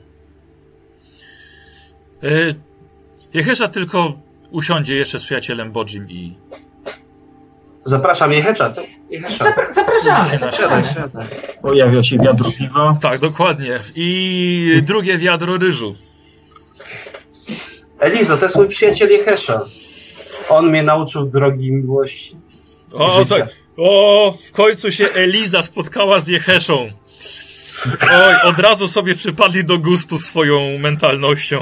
E, Jehesza tylko usiądzie jeszcze z przyjacielem Bodzim i... Zapraszam Jehesza. To Jehesza. Zapra zapraszamy. Siadaj, siadaj. Pojawia się wiadro piwa. Tak, dokładnie. I drugie wiadro ryżu. Elizo, to jest mój przyjaciel Jehesza. On mnie nauczył drogi miłości. O, co? O, w końcu się Eliza spotkała z Jeheszą. Oj, od razu sobie przypadli do gustu swoją mentalnością.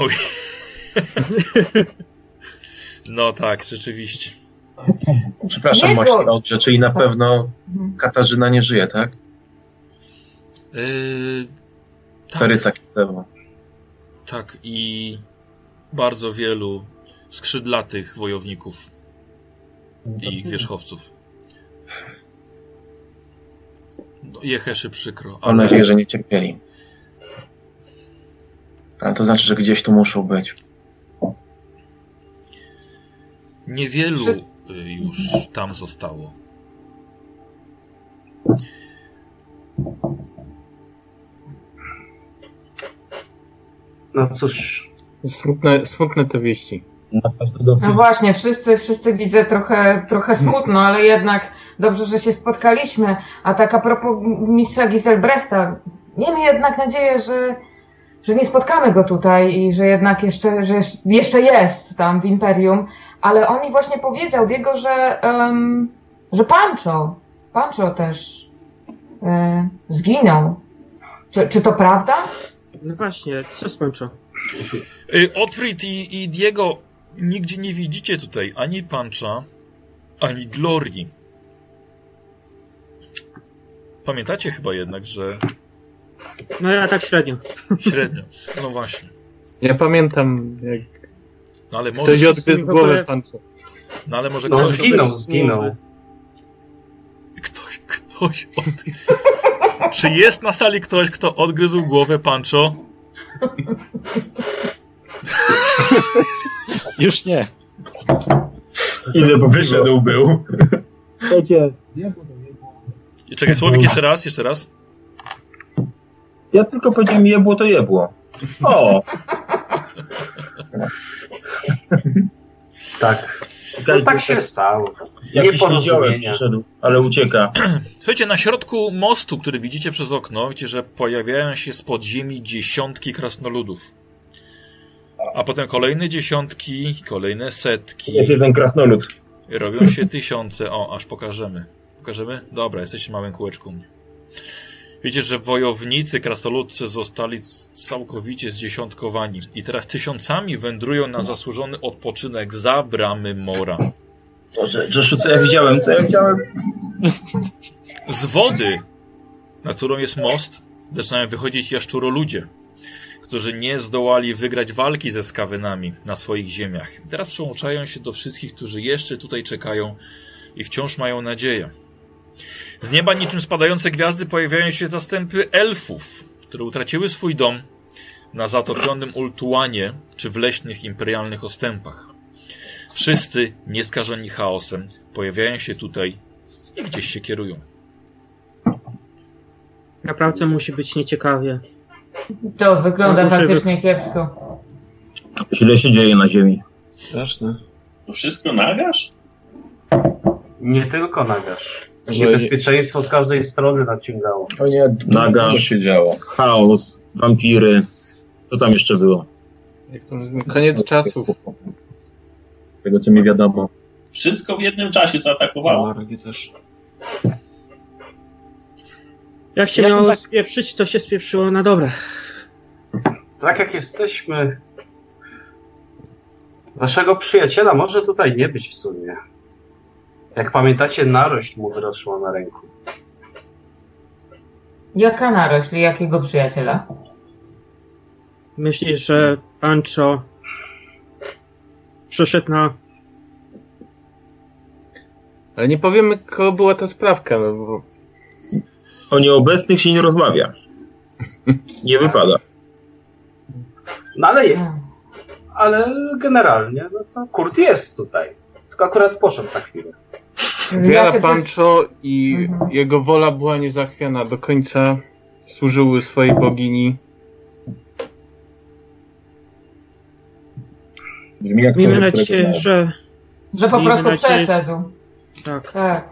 No tak, rzeczywiście. Przepraszam, Jego- mości dobrze, czyli na pewno Katarzyna nie żyje, tak? Yy, tak, Taryca Kislewa. tak, i bardzo wielu skrzydlatych wojowników i ich wierzchowców. No, Jeheszy przykro, Mam nadzieję, że nie cierpieli. Ale to znaczy, że gdzieś tu muszą być. niewielu y, już tam zostało. No cóż. Smutne, smutne te wieści. No właśnie, wszyscy, wszyscy widzę trochę, trochę smutno, ale jednak dobrze, że się spotkaliśmy. A tak a propos mistrza Giselbrechta, miejmy jednak nadzieję, że, że nie spotkamy go tutaj i że jednak jeszcze, że jeszcze jest tam w Imperium. Ale on mi właśnie powiedział, Diego, że, um, że Pancho, Pancho też e, zginął. Czy, czy to prawda? No właśnie, co skończę? Y, Otfrid i, i Diego, nigdzie nie widzicie tutaj ani Pancha, ani Glorii. Pamiętacie chyba jednak, że No ja tak średnio. średnio. No właśnie. Ja pamiętam, jak No ale może ktoś odgryzł w ogóle- głowę Pancho. No ale może No ktoś, zginął, zginął. ktoś, ktoś od... Czy jest na sali ktoś, kto odgryzł głowę Pancho? Już nie. Ile bo wyszedł był. Słuchajcie, I czekaj, Słowik, jeszcze raz, jeszcze raz. ja tylko powiedziałem jebło to jebło. O! Tak. No tak się stało. Jakiś Nieporozumienia. niziołek przyszedł, ale ucieka. Słuchajcie, na środku mostu, który widzicie przez okno, widzicie, że pojawiają się z podziemi dziesiątki krasnoludów. A potem kolejne dziesiątki, kolejne setki. Jest jeden krasnolud. Robią się tysiące. O, aż pokażemy. Pokażemy? Dobra, jesteście w małym kółeczku. Widzicie, że wojownicy krasnoludcy zostali całkowicie zdziesiątkowani. I teraz tysiącami wędrują na zasłużony odpoczynek za bramy Mora. Boże, Joshu, co ja widziałem, co ja widziałem? Z wody, na którą jest most, zaczynają wychodzić jaszczuroludzie, którzy nie zdołali wygrać walki ze skawenami na swoich ziemiach. Teraz przyłączają się do wszystkich, którzy jeszcze tutaj czekają i wciąż mają nadzieję. Z nieba niczym spadające gwiazdy pojawiają się zastępy elfów, które utraciły swój dom na zatopionym Ultuanie czy w leśnych imperialnych ostępach. Wszyscy, nieskażeni chaosem, pojawiają się tutaj i gdzieś się kierują. Naprawdę musi być nieciekawie. To wygląda No, muszę faktycznie kiepsko. Źle się dzieje na ziemi. Straszne. To wszystko nagasz? Nie tylko nagasz. Że- Niebezpieczeństwo z każdej strony nadciągało. To nie, Naga. co się działo. Chaos, wampiry. Co tam jeszcze było? Jak to koniec czasów. Tego, co mi wiadomo. Wszystko w jednym czasie zaatakowało. Alargie też. Jak się Ja miało tak- spieprzyć, to się spieprzyło na dobre. Tak jak jesteśmy... Waszego przyjaciela może tutaj nie być w sumie. Jak pamiętacie, narość mu wyrosła na ręku. Jaka narośl i jakiego przyjaciela? Myślisz, że Pancho przeszedł na... Ale nie powiemy, kogo była ta sprawka, no bo O nieobecnych się nie rozmawia. Nie wypada. No ale, ale generalnie, no to Kurt jest tutaj. Tylko akurat poszedł na chwilę. Wiara Pancho i mhm. jego wola była niezachwiana. Do końca służyły swojej bogini. Brzmi jak Miejmy nadzieję, że... Że po prostu nadzieję... przeszedł. Tak. tak.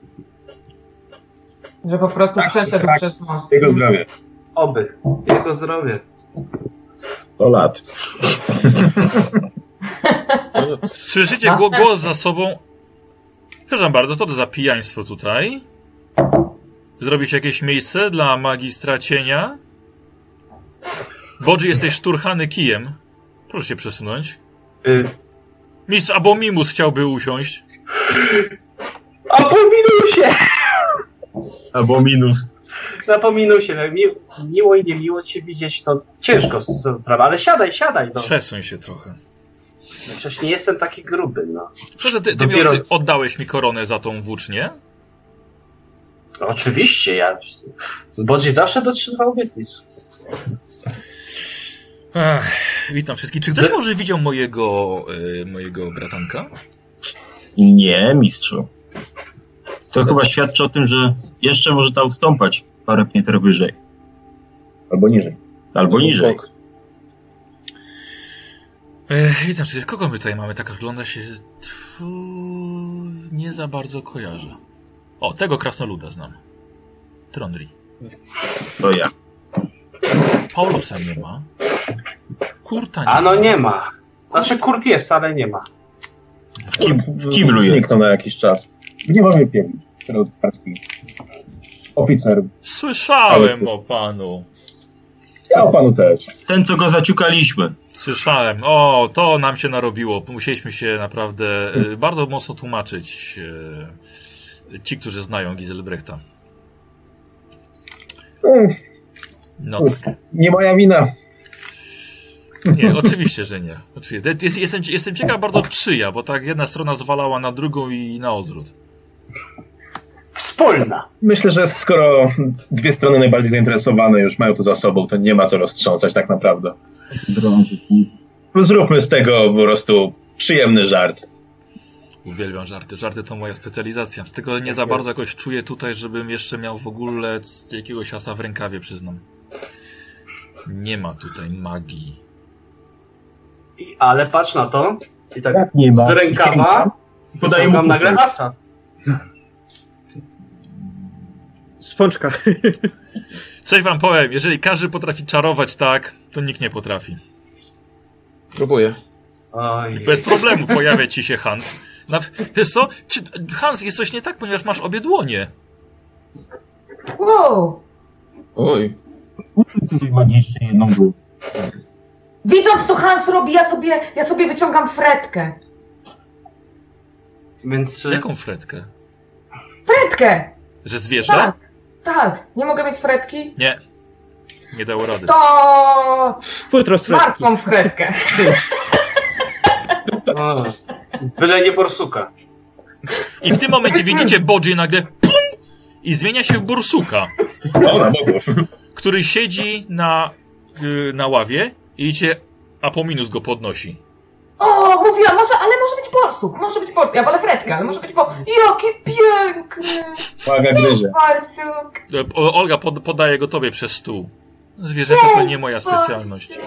Że po prostu tak, przeszedł tak. przez most. Jego zdrowie. Oby. Jego zdrowie. sto lat. Słyszycie głos za sobą? Przepraszam bardzo, co to za pijaństwo tutaj? Zrobić jakieś miejsce dla magistra cienia? Bodzi, jesteś szturchany kijem. Proszę się przesunąć. Y Mistrz Abomimus chciałby usiąść. Abominusie! Abominus. Abominusie, no, mi miło i niemiło cię widzieć, to ciężko sprawa, ale siadaj, siadaj. No. Przesuń się trochę. No, przecież nie jestem taki gruby, no. Przecież ty, ty, Dopiero... mi, ty oddałeś mi koronę za tą włócznię? No, oczywiście, ja... Bodzi zawsze dotrzymywał obietnic. Ach, witam wszystkich. Czy ktoś może widział mojego, y, mojego bratanka? Nie, mistrzu. To chyba świadczy o tym, że jeszcze może ta ustąpać parę pięter wyżej. Albo niżej. Albo niżej. E, witam wszystkich. Kogo my tutaj mamy? Tak ogląda się... Tfu, nie za bardzo kojarzę. O, tego krasnoluda znam. Trondri. To ja. Paulusa nie ma. Kurta nie A no ma. nie ma. Znaczy Kurt jest, ale nie ma. Kim, Kimlu jest. Zniknął na jakiś czas. Nie mamy pierdolić. Oficer. Słyszałem o panu. Ja o panu też. Ten, co go zaciukaliśmy. Słyszałem. O, to nam się narobiło. Musieliśmy się naprawdę y, bardzo mocno tłumaczyć. Y, ci, którzy znają Giselbrechta. No tak. Nie moja wina. Nie, oczywiście, że nie. Oczywiście. Jest, jestem, jestem ciekaw bardzo czyja, bo tak jedna strona zwalała na drugą i na odwrót. Wspólna. Myślę, że skoro dwie strony najbardziej zainteresowane już mają to za sobą, to nie ma co roztrząsać tak naprawdę. Zróbmy z tego po prostu przyjemny żart. Uwielbiam żarty. Żarty to moja specjalizacja. Tylko nie za bardzo jakoś czuję tutaj, żebym jeszcze miał w ogóle jakiegoś asa w rękawie, przyznam. Nie ma tutaj magii. I, ale patrz na to. I tak Jak nie ma? z rękawa podajam nagle asa. Spączka. Coś wam powiem. Jeżeli każdy potrafi czarować tak, to nikt nie potrafi. Próbuję. Oj. Bez problemu pojawia ci się Hans. Na, wiesz co? Czy, Hans, jest coś nie tak, ponieważ masz obie dłonie. Wow. Oj. Uczuć sobie magicznie jedną dłoń. Widząc, co Hans robi, ja sobie, ja sobie wyciągam fretkę. Więc... Jaką fretkę? Fretkę! Że zwierzę? Tak, tak. Nie mogę mieć fretki? Nie. Nie dało rady. To... Futro z fretki. Martwą fretkę. O, byle nie borsuka. I w tym momencie widzicie Bodzi nagle pum, i zmienia się w borsuka. O, na bogów. Który siedzi na, yy, na ławie i idzie, Apominus go podnosi. O, mówiłam, może, ale może być borsuk. Może być borsuk. Ja wolę fretkę, ale może być bo... Jaki piękny! Uwaga, gryzie. Borsuk. O, Olga pod, podaje go tobie przez stół. Zwierzęta to nie moja specjalność.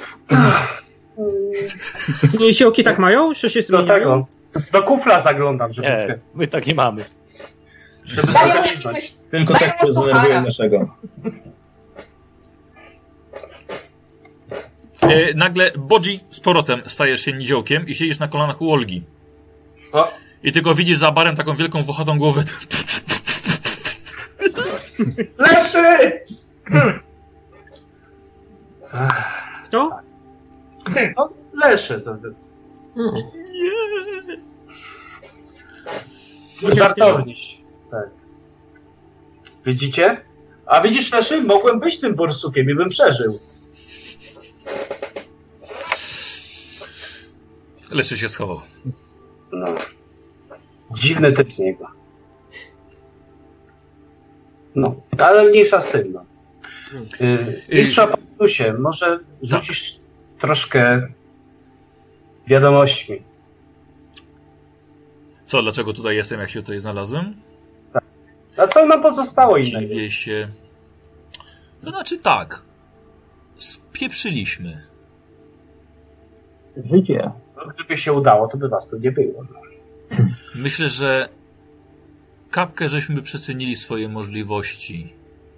Siołki tak mają? Że się Do tego. Do kufla zaglądam, żeby... Nie, my tak nie mamy. Żeby Daję to jakiegoś- zacisnąć. Tylko Daję tak to suchara. zdenerwuje naszego. E, nagle Bodzi z powrotem stajesz się niziołkiem i siedzisz na kolanach u Olgi. O. I tylko widzisz za barem taką wielką włochatą głowę. Leszy! Kto? No, Leszy to... Nie. Żartowniś. Tak. Widzicie? A widzisz, Leszy? Mogłem być tym borsukiem i bym przeżył. Leszy się schował. No. Dziwny typ z niego. No, ale mniejsza z tym, no. Yy, Mistrzu Apatusie, może rzucisz tak. troszkę wiadomościami. Co, dlaczego tutaj jestem, jak się tutaj znalazłem? Tak. A co nam pozostało innego? Dziwię się. To znaczy tak. Spieprzyliśmy. Życie. No, gdyby się udało, to by was tu nie było. Myślę, że kapkę żeśmy przecenili swoje możliwości.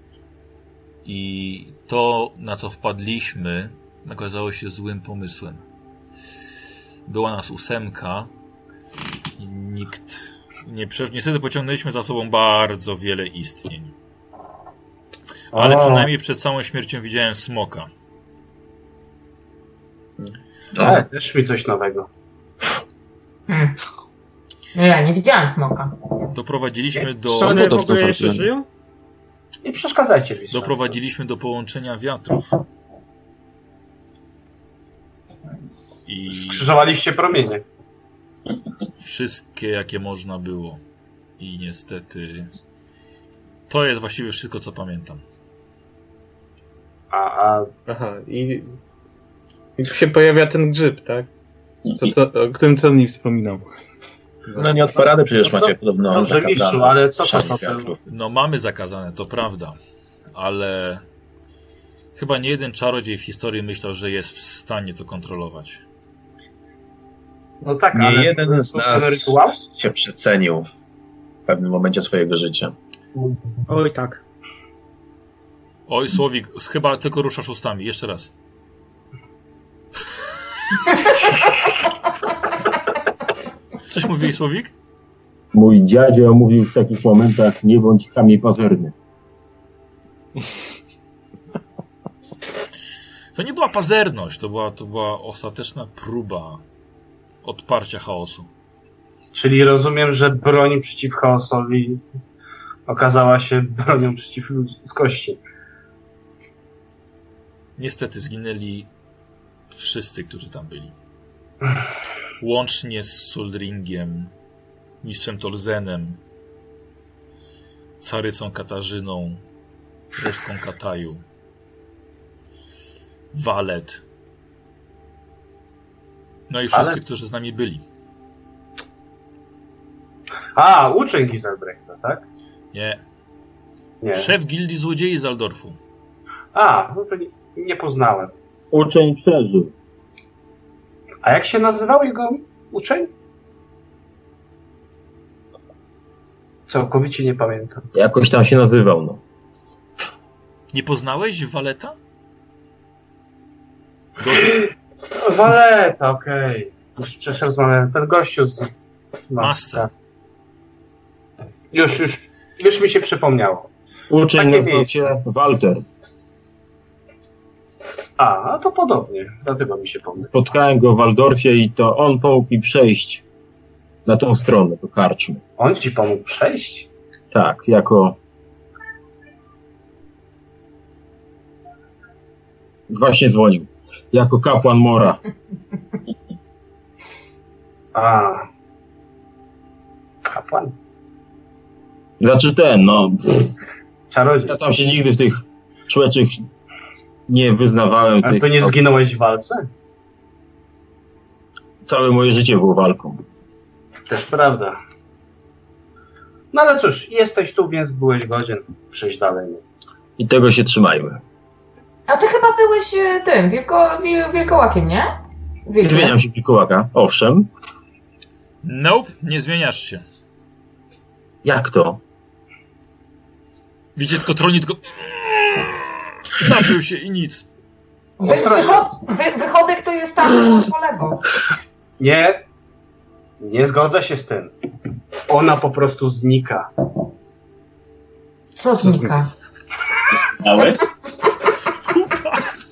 I to, na co wpadliśmy, okazało się złym pomysłem. Była nas ósemka i nikt nie przeżył. Niestety pociągnęliśmy za sobą bardzo wiele istnień. Ale o. przynajmniej przed całą śmiercią widziałem smoka. Tak, też mi coś nowego. Hmm. No ja nie widziałem smoka. Doprowadziliśmy do... Sony w ogóle jeszcze żyją? Nie przeszkadzajcie mi. Doprowadziliśmy do połączenia wiatrów. I... Skrzyżowaliście promienie. Wszystkie, jakie można było. I niestety... To jest właściwie wszystko, co pamiętam. A, a... Aha, i... I tu się pojawia ten grzyb, tak? Co, co, o którym Tony wspominał. No nie od parady przecież macie no, podobno dobrze, zakazane. Mistrzu, ale co to? No mamy zakazane, to prawda. Ale chyba nie jeden czarodziej w historii myślał, że jest w stanie to kontrolować. No tak, nie ale jeden z nas rytuał? się przecenił w pewnym momencie swojego życia. Oj tak. Oj Słowik, chyba tylko ruszasz ustami. Jeszcze raz. Coś mówiłeś, Słowik? Mój dziadzio mówił w takich momentach: nie bądź chamie pazerny. To nie była pazerność, to była, to była ostateczna próba odparcia chaosu. Czyli rozumiem, że broń przeciw chaosowi okazała się bronią przeciw ludzkości. Niestety zginęli wszyscy, którzy tam byli. Łącznie z Suldringiem, mistrzem Tolzenem, carycą Katarzyną, resztką Kataju, Walet. No i wszyscy, Ale... którzy z nami byli. A, uczeń Giselbrechta, tak? Nie. Nie. Szef gildii złodziei z Aldorfu. A, no to nie, nie poznałem. Uczeń przeżył. A jak się nazywał jego uczeń? Całkowicie nie pamiętam. Jakoś tam się nazywał, no. Nie poznałeś Waleta? Do... Waleta, okej. Okay. Już przecież rozmawiałem. Ten gościu z, z masce. Już, już, już mi się przypomniało. Uczeń nazywał się Walter. A, a to podobnie. Dlatego mi się pomyślał. Spotkałem go w Waldorfie i to on pomógł mi przejść na tą stronę, do karczmy. On ci pomógł przejść? Tak, jako... Właśnie dzwonił. Jako kapłan Mora. A. Kapłan? Znaczy ten, no... Czarodziej. Ja tam się nigdy w tych człeczych nie wyznawałem. A to nie zginąłeś w walce? Całe moje życie było walką. Też prawda. No ale cóż, jesteś tu, więc byłeś godzien przejść dalej. I tego się trzymajmy. A ty chyba byłeś tym, wielko, wiel, wielkołakiem, nie? Wilkie? Zmieniam się w wilkołaka, owszem. Nope, nie zmieniasz się. Jak to? Widzicie tylko troni, tylko... Napił się i nic. Wy, wychod, wy, wychodek to jest tam po lewo. Nie, nie zgodzę się z tym. Ona po prostu znika. Co znika? Znałeś? Kupa.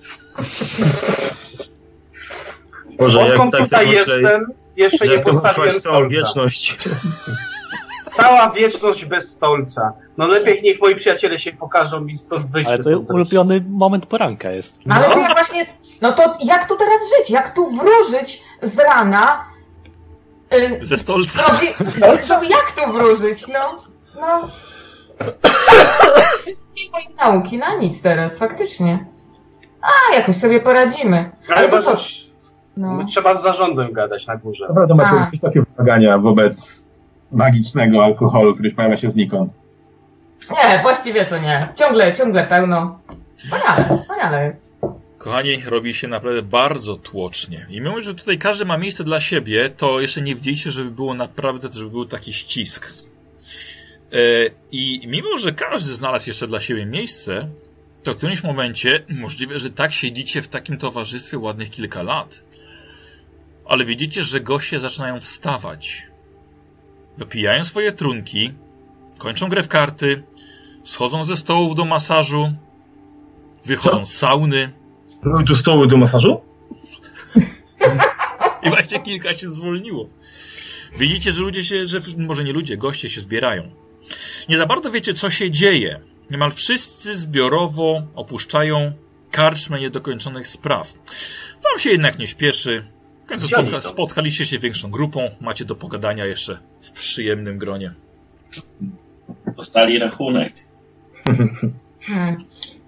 Boże, odkąd jak tutaj tak jestem, jeszcze nie postawiłem stolca. Wieczność. Cała wieczność bez stolca. No lepiej niech moi przyjaciele się pokażą mi stąd wyjść. Ale to ulubiony moment poranka jest. No. Ale to ja właśnie, no to jak tu teraz żyć? Jak tu wróżyć z rana? Yy, Ze stolca. Sobie, sobie, jak tu wróżyć? No, no. Wszystkie moje nauki na nic teraz, faktycznie. A, jakoś sobie poradzimy. Ale to to, no. trzeba z zarządem gadać na górze. Naprawdę macie A. wysokie wymagania wobec magicznego alkoholu, który pojawia się znikąd. Nie, właściwie to nie. Ciągle, ciągle pełno. Wspaniale, wspaniale jest. Kochani, robi się naprawdę bardzo tłocznie. I mimo, że tutaj każdy ma miejsce dla siebie, to jeszcze nie widzieliście, żeby było naprawdę, żeby był taki ścisk. I mimo, że każdy znalazł jeszcze dla siebie miejsce, to w którymś momencie możliwe, że tak siedzicie w takim towarzystwie ładnych kilka lat. Ale widzicie, że goście zaczynają wstawać. Wypijają swoje trunki, kończą grę w karty, schodzą ze stołów do masażu, wychodzą z sauny. No i do stołu do masażu? I właśnie kilka się zwolniło. Widzicie, że ludzie się, że może nie ludzie, goście się zbierają. Nie za bardzo wiecie, co się dzieje. Niemal wszyscy zbiorowo opuszczają karczmę niedokończonych spraw. Wam się jednak nie śpieszy. W końcu spotka spotkaliście się większą grupą. Macie do pogadania jeszcze w przyjemnym gronie. Dostali rachunek. Hmm.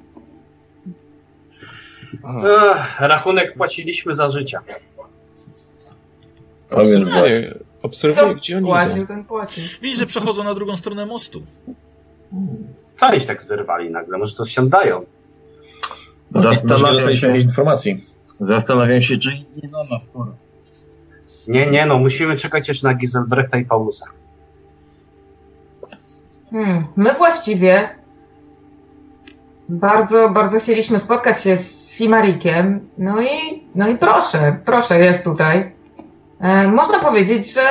Ech, rachunek płaciliśmy za życia. Obserwuję, obserwuję gdzie oni Płacił, idą. ten płacił. Widzisz, że przechodzą na drugą stronę mostu. Co oni tak zerwali nagle? Może to siądają? Zastanawiam się, informacji. zastanawiam się, czy nie na nas pora. Nie, nie, no musimy czekać jeszcze na Giselbrechta i Paulusa. Hmm. My właściwie bardzo, bardzo chcieliśmy spotkać się z Fimarikiem. No i, no i proszę, proszę, jest tutaj. E, można powiedzieć, że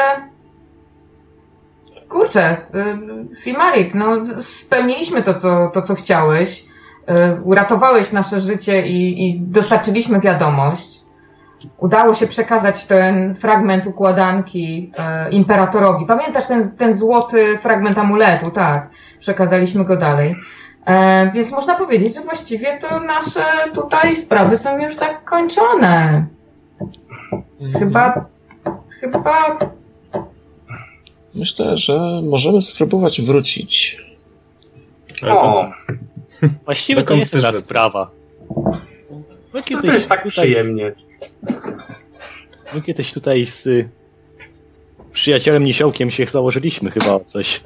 kurczę, e, Fimarik, no spełniliśmy to, co, to, co chciałeś. E, uratowałeś nasze życie i, i dostarczyliśmy wiadomość. Udało się przekazać ten fragment układanki e, imperatorowi. Pamiętasz ten, ten złoty fragment amuletu? Tak. Przekazaliśmy go dalej. E, więc można powiedzieć, że właściwie to nasze tutaj sprawy są już zakończone. Chyba... Chyba... Myślę, że możemy spróbować wrócić. O, Właściwie to jest nasza sprawa. My to, to jest tak tutaj, przyjemnie. my kiedyś tutaj z y, przyjacielem Nisiołkiem się założyliśmy chyba o coś.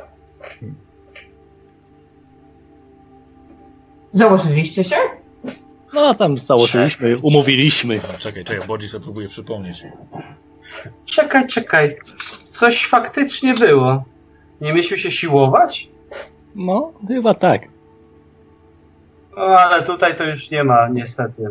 Założyliście się? No tam założyliśmy, umówiliśmy. No, czekaj, czekaj, Bodzi sobie próbuje przypomnieć. Czekaj, czekaj. Coś faktycznie było. Nie mieliśmy się siłować? No, chyba tak. No, ale tutaj to już nie ma, niestety.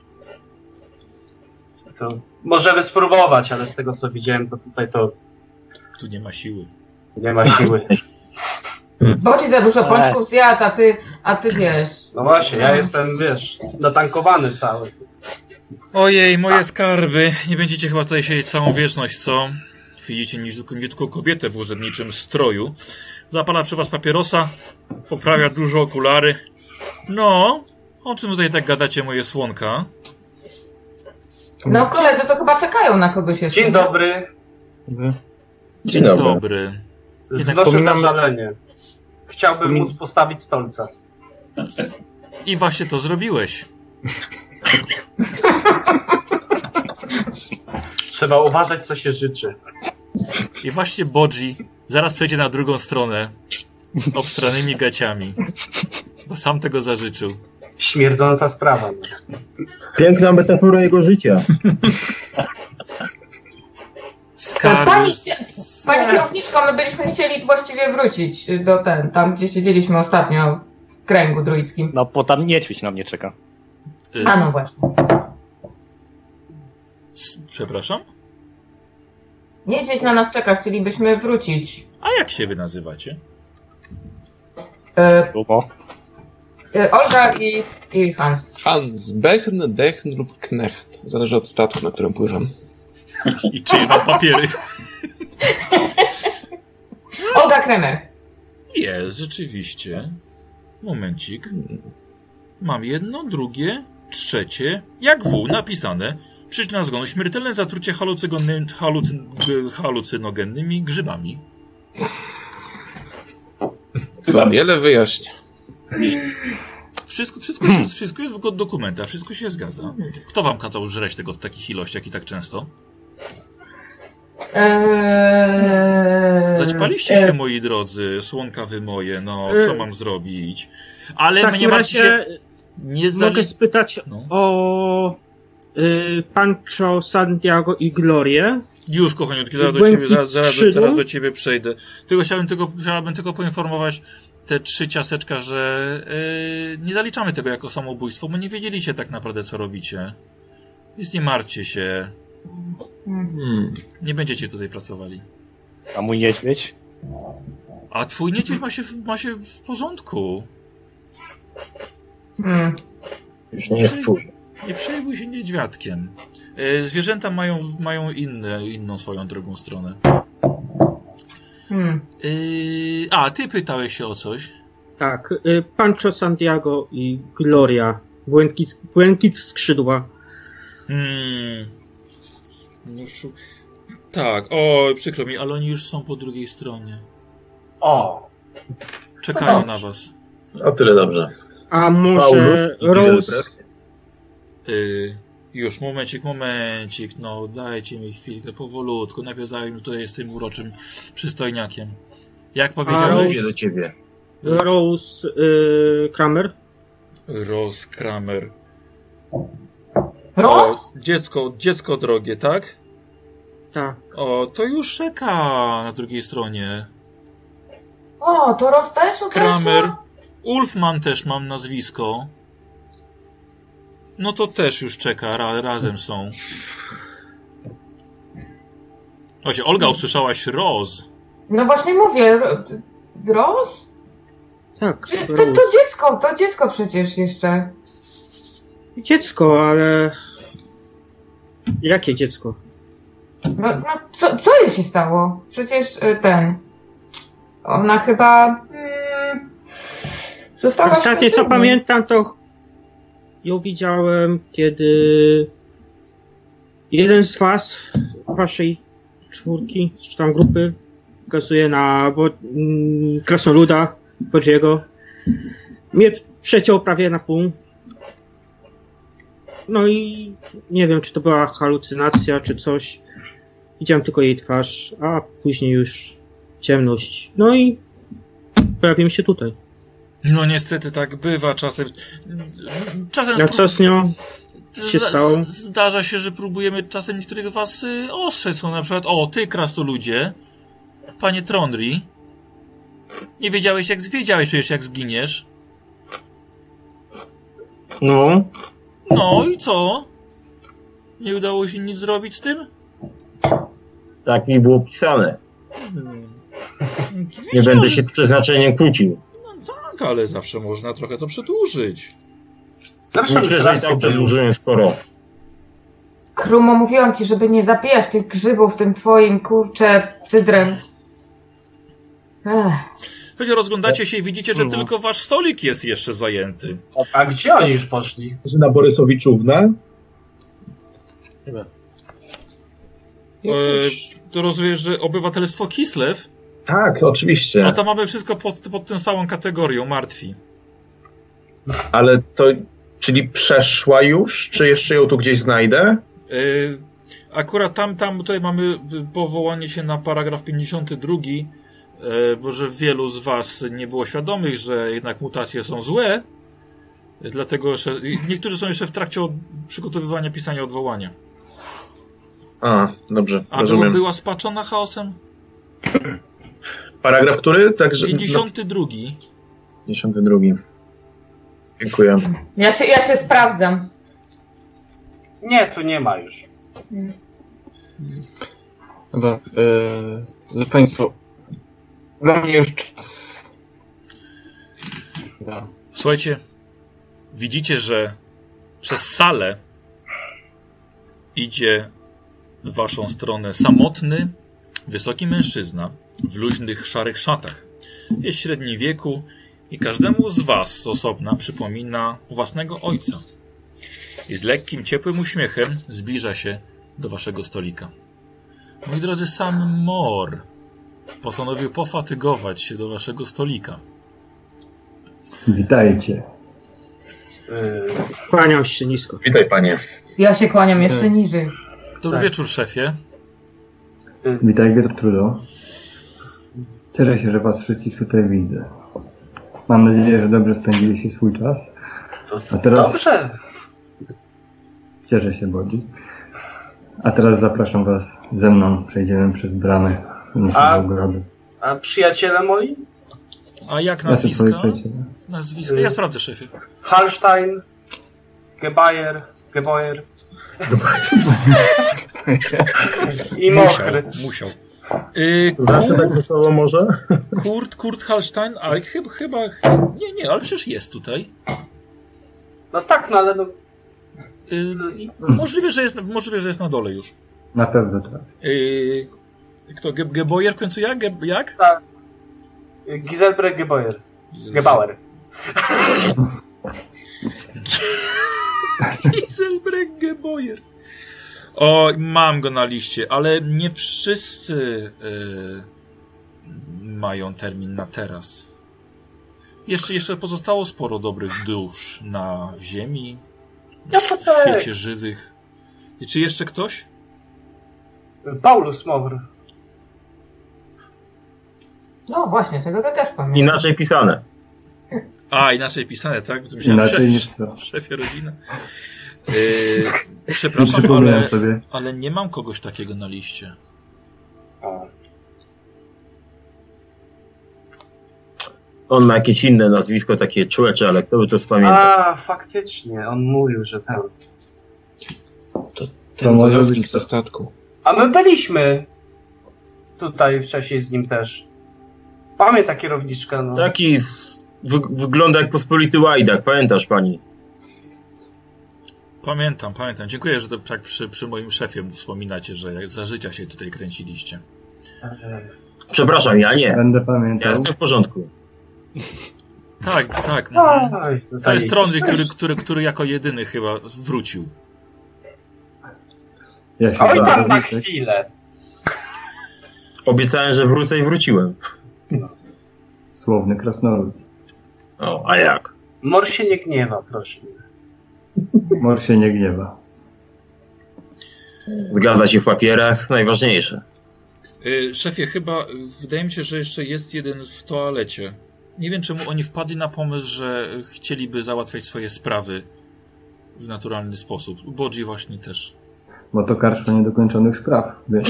To możemy spróbować, ale z tego co widziałem, to tutaj to Tu nie ma siły. nie ma siły. Bo ci za dużo pączków zjadł, a ty, a ty wiesz. No właśnie, ja jestem, wiesz, natankowany cały. Ojej, moje skarby. Nie będziecie chyba tutaj siedzieć całą wieczność, co? Widzicie niziutką, niziutką kobietę w urzędniczym stroju. Zapala przy was papierosa, poprawia dużo okulary. No, o czym tutaj tak gadacie, moje słonka? No koledzy to chyba czekają na kogoś jeszcze. Dzień dobry. Dzień, Dzień dobry. dobry. Jednak Wnoszę wspominamy- zażalenie. Chciałbym Wspomin- móc postawić stolca. I właśnie to zrobiłeś. Trzeba uważać, co się życzy. I właśnie Bodzi zaraz przejdzie na drugą stronę z obstranymi gaciami, bo sam tego zażyczył. Śmierdząca sprawa. Piękna metafora jego życia. Skarby. Pani, pani kierowniczko, my byliśmy chcieli właściwie wrócić do ten, tam gdzie siedzieliśmy ostatnio w kręgu druickim. No bo tam niedźwiedź na mnie czeka. Y, A no właśnie. s- Przepraszam? Niedźwiedź na nas czeka, chcielibyśmy wrócić. A jak się wy nazywacie? E, Lubo. e, Olga i, i Hans. Hans, Bechn, Dechn lub Knecht. Zależy od statku, na którym pływam. I czyje mam papiery? Olga Kremer. Jest, rzeczywiście. Momencik. Mam jedno, drugie, trzecie. Jak W napisane. Przyczyna zgonu śmiertelne zatrucie halucygonym, halucyn, g- halucynogennymi grzybami. To wiele wyjaśnia. Wszystko, wszystko, jest, wszystko jest w dokumentach, wszystko się zgadza. Kto wam kazał żreć tego w takich ilościach i tak często? Eee, Zaćpaliście się, moi drodzy, słonka wy moje, no co mam zrobić? Ale w takim mnie martwi się... razie Nie zali... mogę spytać no. o y, Pancho, Santiago i Glorię. Już, kochaniutki, zaraz do ciebie, zaraz, zaraz, do, zaraz do ciebie przejdę. Tylko chciałbym tylko, chciałabym tylko poinformować te trzy ciasteczka, że yy, nie zaliczamy tego jako samobójstwo, bo nie wiedzieliście tak naprawdę, co robicie. Więc nie martwcie się. Hmm. Nie będziecie tutaj pracowali. A mój niedźwiedź? A twój niedźwiedź ma się w, ma się w porządku. Hmm. Już nie jest twój. Nie przejmuj się niedźwiadkiem. Yy, zwierzęta mają, mają inne, inną swoją drugą stronę. Hmm. Yy, a, ty pytałeś się o coś. Tak, y, Pancho, Santiago i Gloria. Błękit, błękit skrzydła. Hmm. No, szu... Tak, o, przykro mi, ale oni już są po drugiej stronie. O! Czekają No na was. O tyle dobrze. A może Rose... Yy, już, momencik, momencik, no dajcie mi chwilkę, powolutku. Najpierw zajmę tutaj z tym uroczym przystojniakiem. Jak powiedziałeś? Mówię do ciebie. Rose y, Kramer. Rose Kramer. Rose? O, dziecko, dziecko drogie, tak? Tak. O, to już czeka na drugiej stronie. O, to Rose też Kramer. odeszła? Ulfman też mam nazwisko. No to też już czeka, ra, razem są. Właśnie, Olga, usłyszałaś Rose. No właśnie mówię, Ro- Rose? Tak, Czy- To, Rose. to dziecko, to dziecko przecież jeszcze. Dziecko, ale... Jakie dziecko? No, no co, co jej się stało? Przecież y, ten... Ona chyba... Mm, została Ostatnie co śmiertelnie. pamiętam, to ją widziałem, kiedy jeden z was, waszej czwórki, czy tam grupy, wskazuje na bo, mm, krasnoluda Bodziego. Mnie przeciął prawie na pół. No i nie wiem, czy to była halucynacja, czy coś. Widziałem tylko jej twarz, a później już ciemność. No i pojawiłem się tutaj. No niestety tak bywa czasem. Czasem Jak co z nią się Zda- stało? z- Zdarza się, że próbujemy czasem niektórych was y, ostrzec. Są na przykład, o, ty krasnoludzie, panie Tronri, nie wiedziałeś jak, wiedziałeś przecież jak zginiesz. No, No i co? Nie udało się nic zrobić z tym? tak mi było pisane. Nie Wiedziałem, będę że- się przeznaczeniem kłócił. No tak, ale zawsze można trochę to przedłużyć. Zawsze Myślę, już że i raz tak to było. przedłużyłem sporo. Krumo, mówiłam ci, żeby nie zapijać tych grzybów tym twoim, kurczę, cydrem. Ech. Choć rozglądacie się i widzicie, że No. tylko wasz stolik jest jeszcze zajęty. A gdzie oni już poszli? Na Borysowiczównę? E, to rozumiesz, że obywatelstwo Kislew, Tak, oczywiście. a tam mamy wszystko pod, pod tą samą kategorią, martwi. Ale to, czyli przeszła już? Czy jeszcze ją tu gdzieś znajdę? Yy, akurat tam, tam tutaj mamy powołanie się na paragraf pięćdziesiąty drugi, yy, bo że wielu z was nie było świadomych, że jednak mutacje są złe, yy, dlatego że niektórzy są jeszcze w trakcie od, przygotowywania pisania odwołania. A, dobrze, A rozumiem. był, była spaczona chaosem? Paragraf który? Także... pięćdziesiąty drugi. No, pięćdziesiąty drugi. Dziękuję. Ja się, ja się sprawdzam. Nie, tu nie ma już. Dobra, e, za Państwo, dla mnie już czas. Da. Słuchajcie, widzicie, że przez salę idzie w waszą stronę samotny, wysoki mężczyzna w luźnych, szarych szatach. Jest średni wieku i każdemu z was z osobna przypomina własnego ojca. I z lekkim, ciepłym uśmiechem zbliża się do waszego stolika. Moi drodzy, sam Mor postanowił pofatygować się do waszego stolika. Witajcie. Kłaniam się nisko. Witaj, panie. Ja się kłaniam jeszcze niżej. Dobry Tak. wieczór, szefie. Witaj, Gertrudo. Cieszę się, że was wszystkich tutaj widzę. Mam nadzieję, że dobrze spędziliście swój czas. A teraz... Dobrze. Cieszę się, Bodzi. A teraz zapraszam was ze mną. Przejdziemy przez bramę naszego ogrodu. A przyjaciele moi? A jak Ja nazwiska? sobie przyjaciele. Nazwiska? Ja sprawdzę, szefie. Hallstein, Gebayer, Geboyer i Mochry. Musiał. Yy, Zawsze tak wesoło może? Kurt, Kurt Hallstein, ale chyba, chyba, nie, nie, ale przecież jest tutaj. No tak, no ale no... Yy, możliwe, że jest, możliwe, że jest na dole już. Na pewno tak. Yy, kto? Ge, Geboyer w końcu jak? Ge, jak? Tak. Giselbrecht Geboyer. Gebauer. Giselbrecht Geboyer. O, mam go na liście, ale nie wszyscy yy, mają termin na teraz. Jeszcze, jeszcze pozostało sporo dobrych dusz na ziemi, w świecie żywych. I czy jeszcze ktoś? Paulus Mowr. No właśnie, tego to też pamiętam. Inaczej pisane. A, inaczej pisane, tak? To myślałem, Inaczej szef, niż to. szefie rodziny. Yy, przepraszam, Przypominam ale, sobie. ale nie mam kogoś takiego na liście. O. On ma jakieś inne nazwisko, takie człecze, ale kto by to spamiętał? A, faktycznie, on mówił, że ten. To ten może wojownik być ze to. statku. A my byliśmy tutaj wcześniej z nim też. Mamy ta kierowniczka, no. Taki z, wy, wygląda jak pospolity łajdak, pamiętasz pani? Pamiętam, pamiętam. Dziękuję, że to tak przy, przy moim szefie wspominacie, że jak za życia się tutaj kręciliście. Przepraszam, ja nie. Będę Ja pamiętał. jestem w porządku. Tak, tak. Oj, To jest Trondri, który, który, który jako jedyny chyba wrócił. Ja się Oj, tam bardzo na cieszę. chwilę. Obiecałem, że wrócę i wróciłem. Słowny krasnolud. O, a jak? Mor się nie gniewa, proszę. Mor się nie gniewa. Zgadza się w papierach, najważniejsze. Yy, szefie, chyba wydaje mi się, że jeszcze jest jeden w toalecie. Nie wiem, czemu oni wpadli na pomysł, że chcieliby załatwiać swoje sprawy w naturalny sposób. Bodzi właśnie też. Bo to karczma niedokończonych spraw. Wiesz?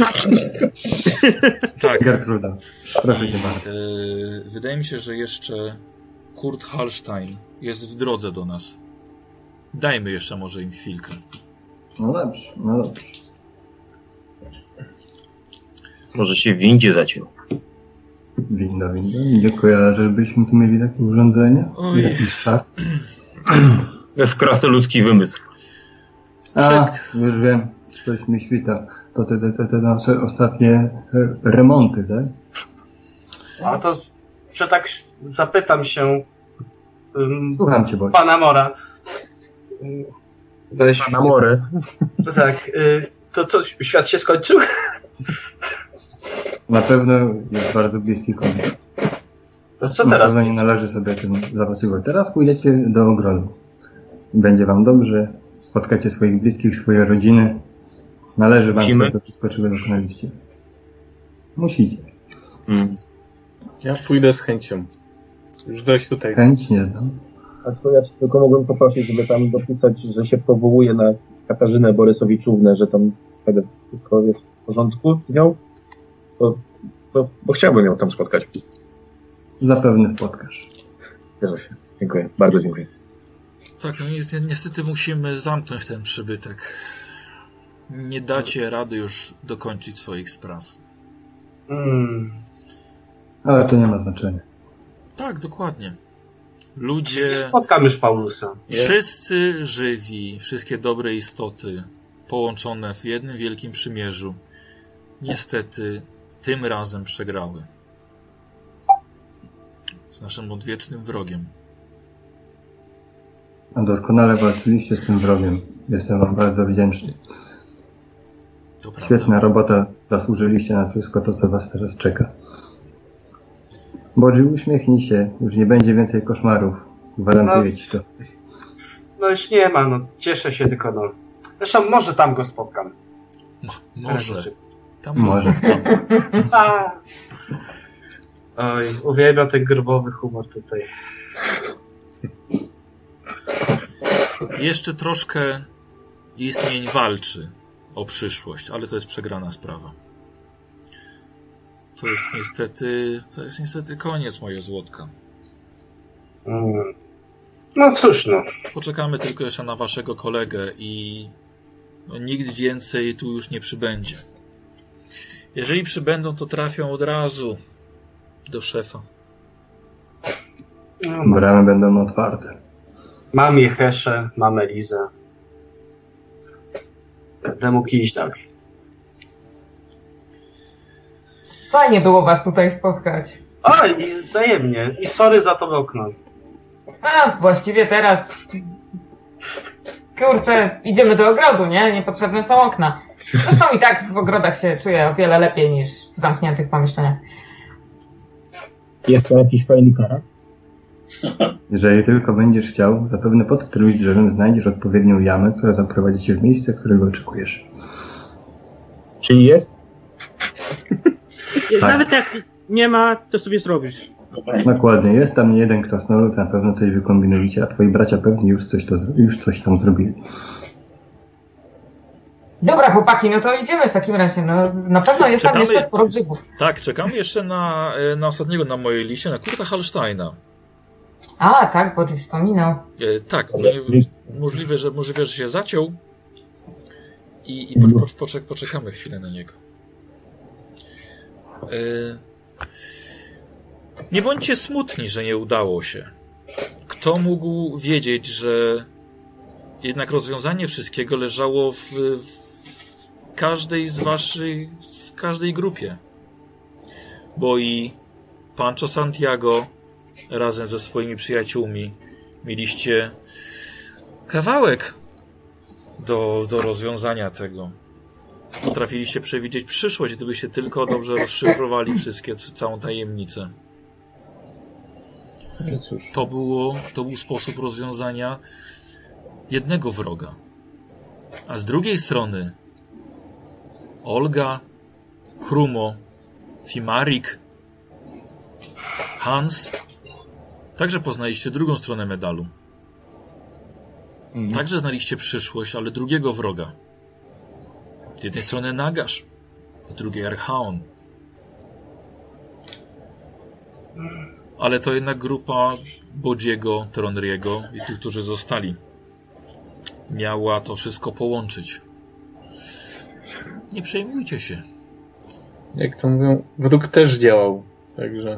Tak. Gertruda. Proszę cię bardzo. Yy, wydaje mi się, że jeszcze Kurt Hallstein jest w drodze do nas. Dajmy jeszcze może im chwilkę. No dobrze, no dobrze. Może się w windzie zaciął. Winda, winda. Nie kojarzę, żebyśmy tu mieli takie urządzenie. Oj. Jakiś szar. To jest krasnoludzki wymysł. A, już wiem. Coś mi świta. To te, te, te, te nasze ostatnie re- remonty, tak? A to, że tak zapytam się um, Słucham cię, Bodzi. pana Mora. Weź, Na morę. tak, y, to co, świat się skończył? Na pewno jest bardzo bliski koniec. To co Na teraz? pewno nie należy sobie tym zapasuwać. Teraz pójdziecie do ogrodu. Będzie wam dobrze. Spotkacie swoich bliskich, swoje rodziny. Należy wam Musimy? sobie to wszystko, czego dokonaliście. Musicie. Hmm. Ja pójdę z chęcią. Już dość tutaj. Chęć nie znam. A to ja tylko mogłem poprosić, żeby tam dopisać, że się powołuje na Katarzynę Borysowiczównę, że tam wtedy wszystko jest w porządku z nią. To, to, bo chciałbym ją tam spotkać. Zapewne spotkasz. Jezusie, dziękuję. Bardzo dziękuję. Tak, no ni- niestety musimy zamknąć ten przybytek. Nie dacie rady już dokończyć swoich spraw. Hmm. Ale to nie ma znaczenia. Tak, dokładnie. Ludzie, Nie spotkam już Paulusa. wszyscy żywi, wszystkie dobre istoty połączone w jednym wielkim przymierzu, niestety tym razem przegrały. Z naszym odwiecznym wrogiem. A doskonale walczyliście z tym wrogiem. Jestem wam bardzo wdzięczny. To prawda. Świetna robota. Zasłużyliście na wszystko to, co was teraz czeka. Bodzi, uśmiechnij się. Już nie będzie więcej koszmarów. Gwarantuję no, ci to. No już nie ma, no cieszę się tylko, no. Zresztą może tam go spotkam. Mo może. Tam go może. spotkam. Oj, uwielbiam ten grobowy humor tutaj. Jeszcze troszkę istnień walczy o przyszłość, ale to jest przegrana sprawa. To jest niestety, to jest niestety koniec, moje złotka. Mm. No cóż, no. Poczekamy tylko jeszcze na waszego kolegę i no, nikt więcej tu już nie przybędzie. Jeżeli przybędą, to trafią od razu do szefa. No, bramy będą otwarte. Mam Jeheszę, mam Elizę. Będę mógł iść dalej. Fajnie było was tutaj spotkać. O, i wzajemnie. I sorry za to okno. A, właściwie teraz... Kurczę, idziemy do ogrodu, nie? Niepotrzebne są okna. Zresztą i tak w ogrodach się czuję o wiele lepiej niż w zamkniętych pomieszczeniach. Jest to jakiś fajny karak? Jeżeli tylko będziesz chciał, zapewne pod którymś drzewem znajdziesz odpowiednią jamę, która zaprowadzi cię w miejsce, którego oczekujesz. Czyli jest? Tak. Nawet jak nie ma, to sobie zrobisz. Dokładnie, jest tam nie jeden krasnolud, na pewno coś wykombinujecie, a twoi bracia pewnie już coś, to, już coś tam zrobili. Dobra, chłopaki, no to idziemy w takim razie. No, na pewno jest Czekamy, tam jeszcze sporo grzybów. Tak, czekamy jeszcze na, na ostatniego na mojej liście, na Kurta Hallsteina. A, tak, bo Boży wspominał. E, tak, możliwe, że, możliwe, że się zaciął i, i po, po, poczek, poczekamy chwilę na niego. E, nie bądźcie smutni, że nie udało się. Kto mógł wiedzieć, że jednak rozwiązanie wszystkiego leżało w, w każdej z waszych, w każdej grupie. Bo i Pancho Santiago razem ze swoimi przyjaciółmi mieliście kawałek do, do rozwiązania tego. Potrafiliście przewidzieć przyszłość, gdybyście tylko dobrze rozszyfrowali wszystkie, całą tajemnicę. To było, to był sposób rozwiązania jednego wroga. A z drugiej strony Olga, Krumo, Fimarik, Hans. Także poznaliście drugą stronę medalu. Mhm. Także znaliście przyszłość, ale drugiego wroga. Z jednej strony Nagash, z drugiej Archaon. Ale to jednak grupa Bodziego, Tronriego i tych, którzy zostali. Miała to wszystko połączyć. Nie przejmujcie się. Jak to mówią, wróg też działał, także...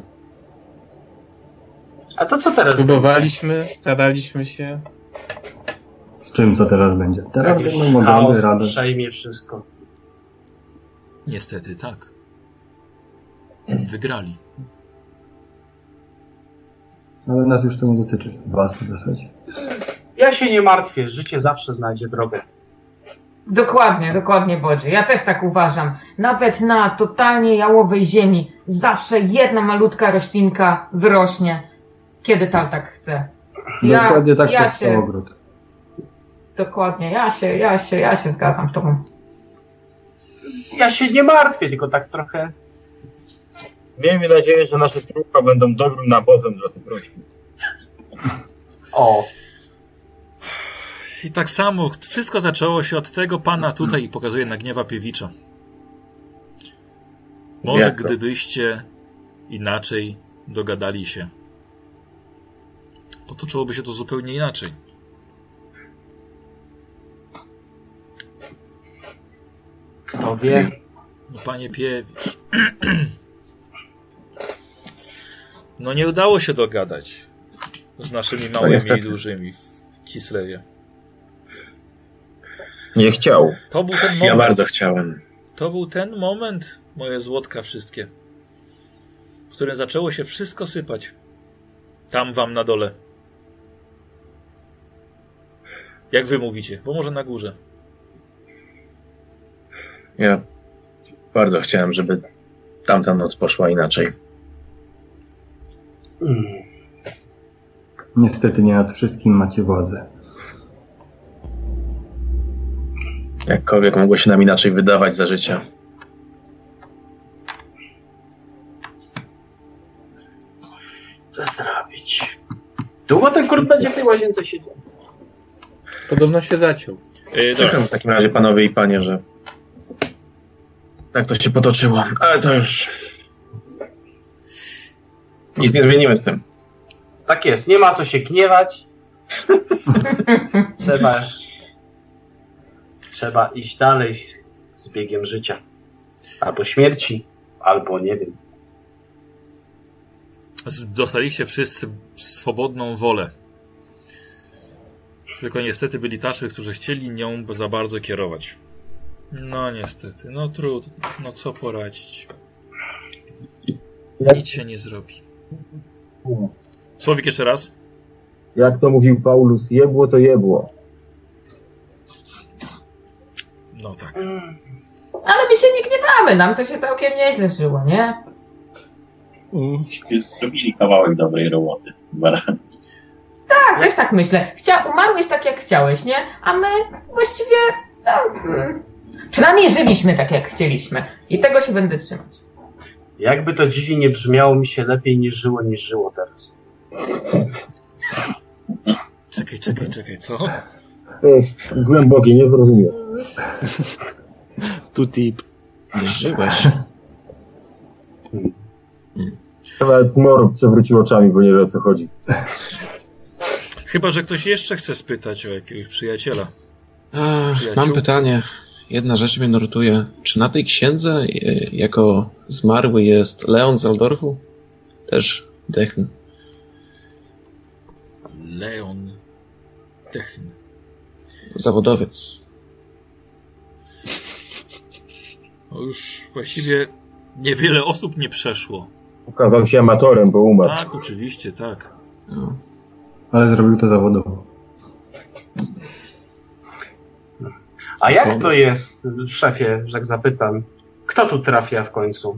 A to co teraz? Próbowaliśmy, staraliśmy się. Z czym co teraz będzie? Teraz Jakiś będą mogły radę. Przejmie wszystko. Niestety tak. Wygrali. Ale nas już to nie dotyczy. Was w zasadzie. Ja się nie martwię. Życie zawsze znajdzie drogę. Dokładnie, dokładnie, Bodzi. Ja też tak uważam. Nawet na totalnie jałowej ziemi zawsze jedna malutka roślinka wyrośnie, kiedy tal tak chce. Ja, Dokładnie tak ja jest się, ogród. Dokładnie, ja się, ja się, ja się zgadzam z tobą. Ja się nie martwię, tylko tak trochę... Miejmy nadzieję, że nasze trupy będą dobrym nawozem dla tych roślin. O. I tak samo wszystko zaczęło się od tego pana tutaj i pokazuje na Gniewa Piewicza. Może gdybyście inaczej dogadali się, potoczyłoby się to zupełnie inaczej. Kto wie? No, panie Piewicz. No nie udało się dogadać z naszymi małymi no i dużymi w Kislewie. Nie chciał. To był ten moment. Ja bardzo chciałem. To był ten moment, moje złotka wszystkie, w którym zaczęło się wszystko sypać. Tam wam na dole. Jak wy mówicie, bo może na górze. Ja bardzo chciałem, żeby tamta noc poszła inaczej. Niestety nie nad wszystkim macie władzę. Jakkolwiek mogło się nam inaczej wydawać za życia. Co zrobić? Długo ten kurt będzie w tej łazience siedział? Podobno się zaciął. Yy, Przepraszam w takim razie, panowie i panie, że tak to się potoczyło. Ale to już nic nie zmienimy z tym. Tak jest, nie ma co się gniewać. Trzeba Trzeba iść dalej z biegiem życia. Albo śmierci, albo nie wiem. Dostaliście wszyscy swobodną wolę. Tylko niestety byli tacy, którzy chcieli nią za bardzo kierować. No niestety, no trudno, no co poradzić. Nic się nie zrobi. Słowik jeszcze raz. Jak to mówił Paulus, jebło to jebło. No tak. Ale my się nie gniewamy, nam to się całkiem nieźle żyło, nie? Mm. Zrobili kawałek dobrej roboty. Tak, też tak myślę. Chcia... Umarłeś tak, jak chciałeś, nie? A my właściwie... No, hmm. Przynajmniej żyliśmy tak, jak chcieliśmy. I tego się będę trzymać. Jakby to dziwnie nie brzmiało, mi się lepiej niż żyło, niż żyło teraz. Czekaj, czekaj, czekaj, co? To jest głębokie, nie zrozumiem. Tu tip. Nie żyłeś. Nawet Mor przewrócił oczami, bo nie wie, o co chodzi. Chyba że ktoś jeszcze chce spytać o jakiegoś przyjaciela. A, mam pytanie. Jedna rzecz mnie nurtuje. Czy na tej księdze jako zmarły jest Leon z Aldorfu? Też Dechn. Leon Dechn. Zawodowiec. No już właściwie niewiele osób nie przeszło. Ukazał się amatorem, bo umarł. Tak, oczywiście, tak. No. Ale zrobił to zawodowo. A jak to jest, szefie, że tak zapytam, kto tu trafia w końcu?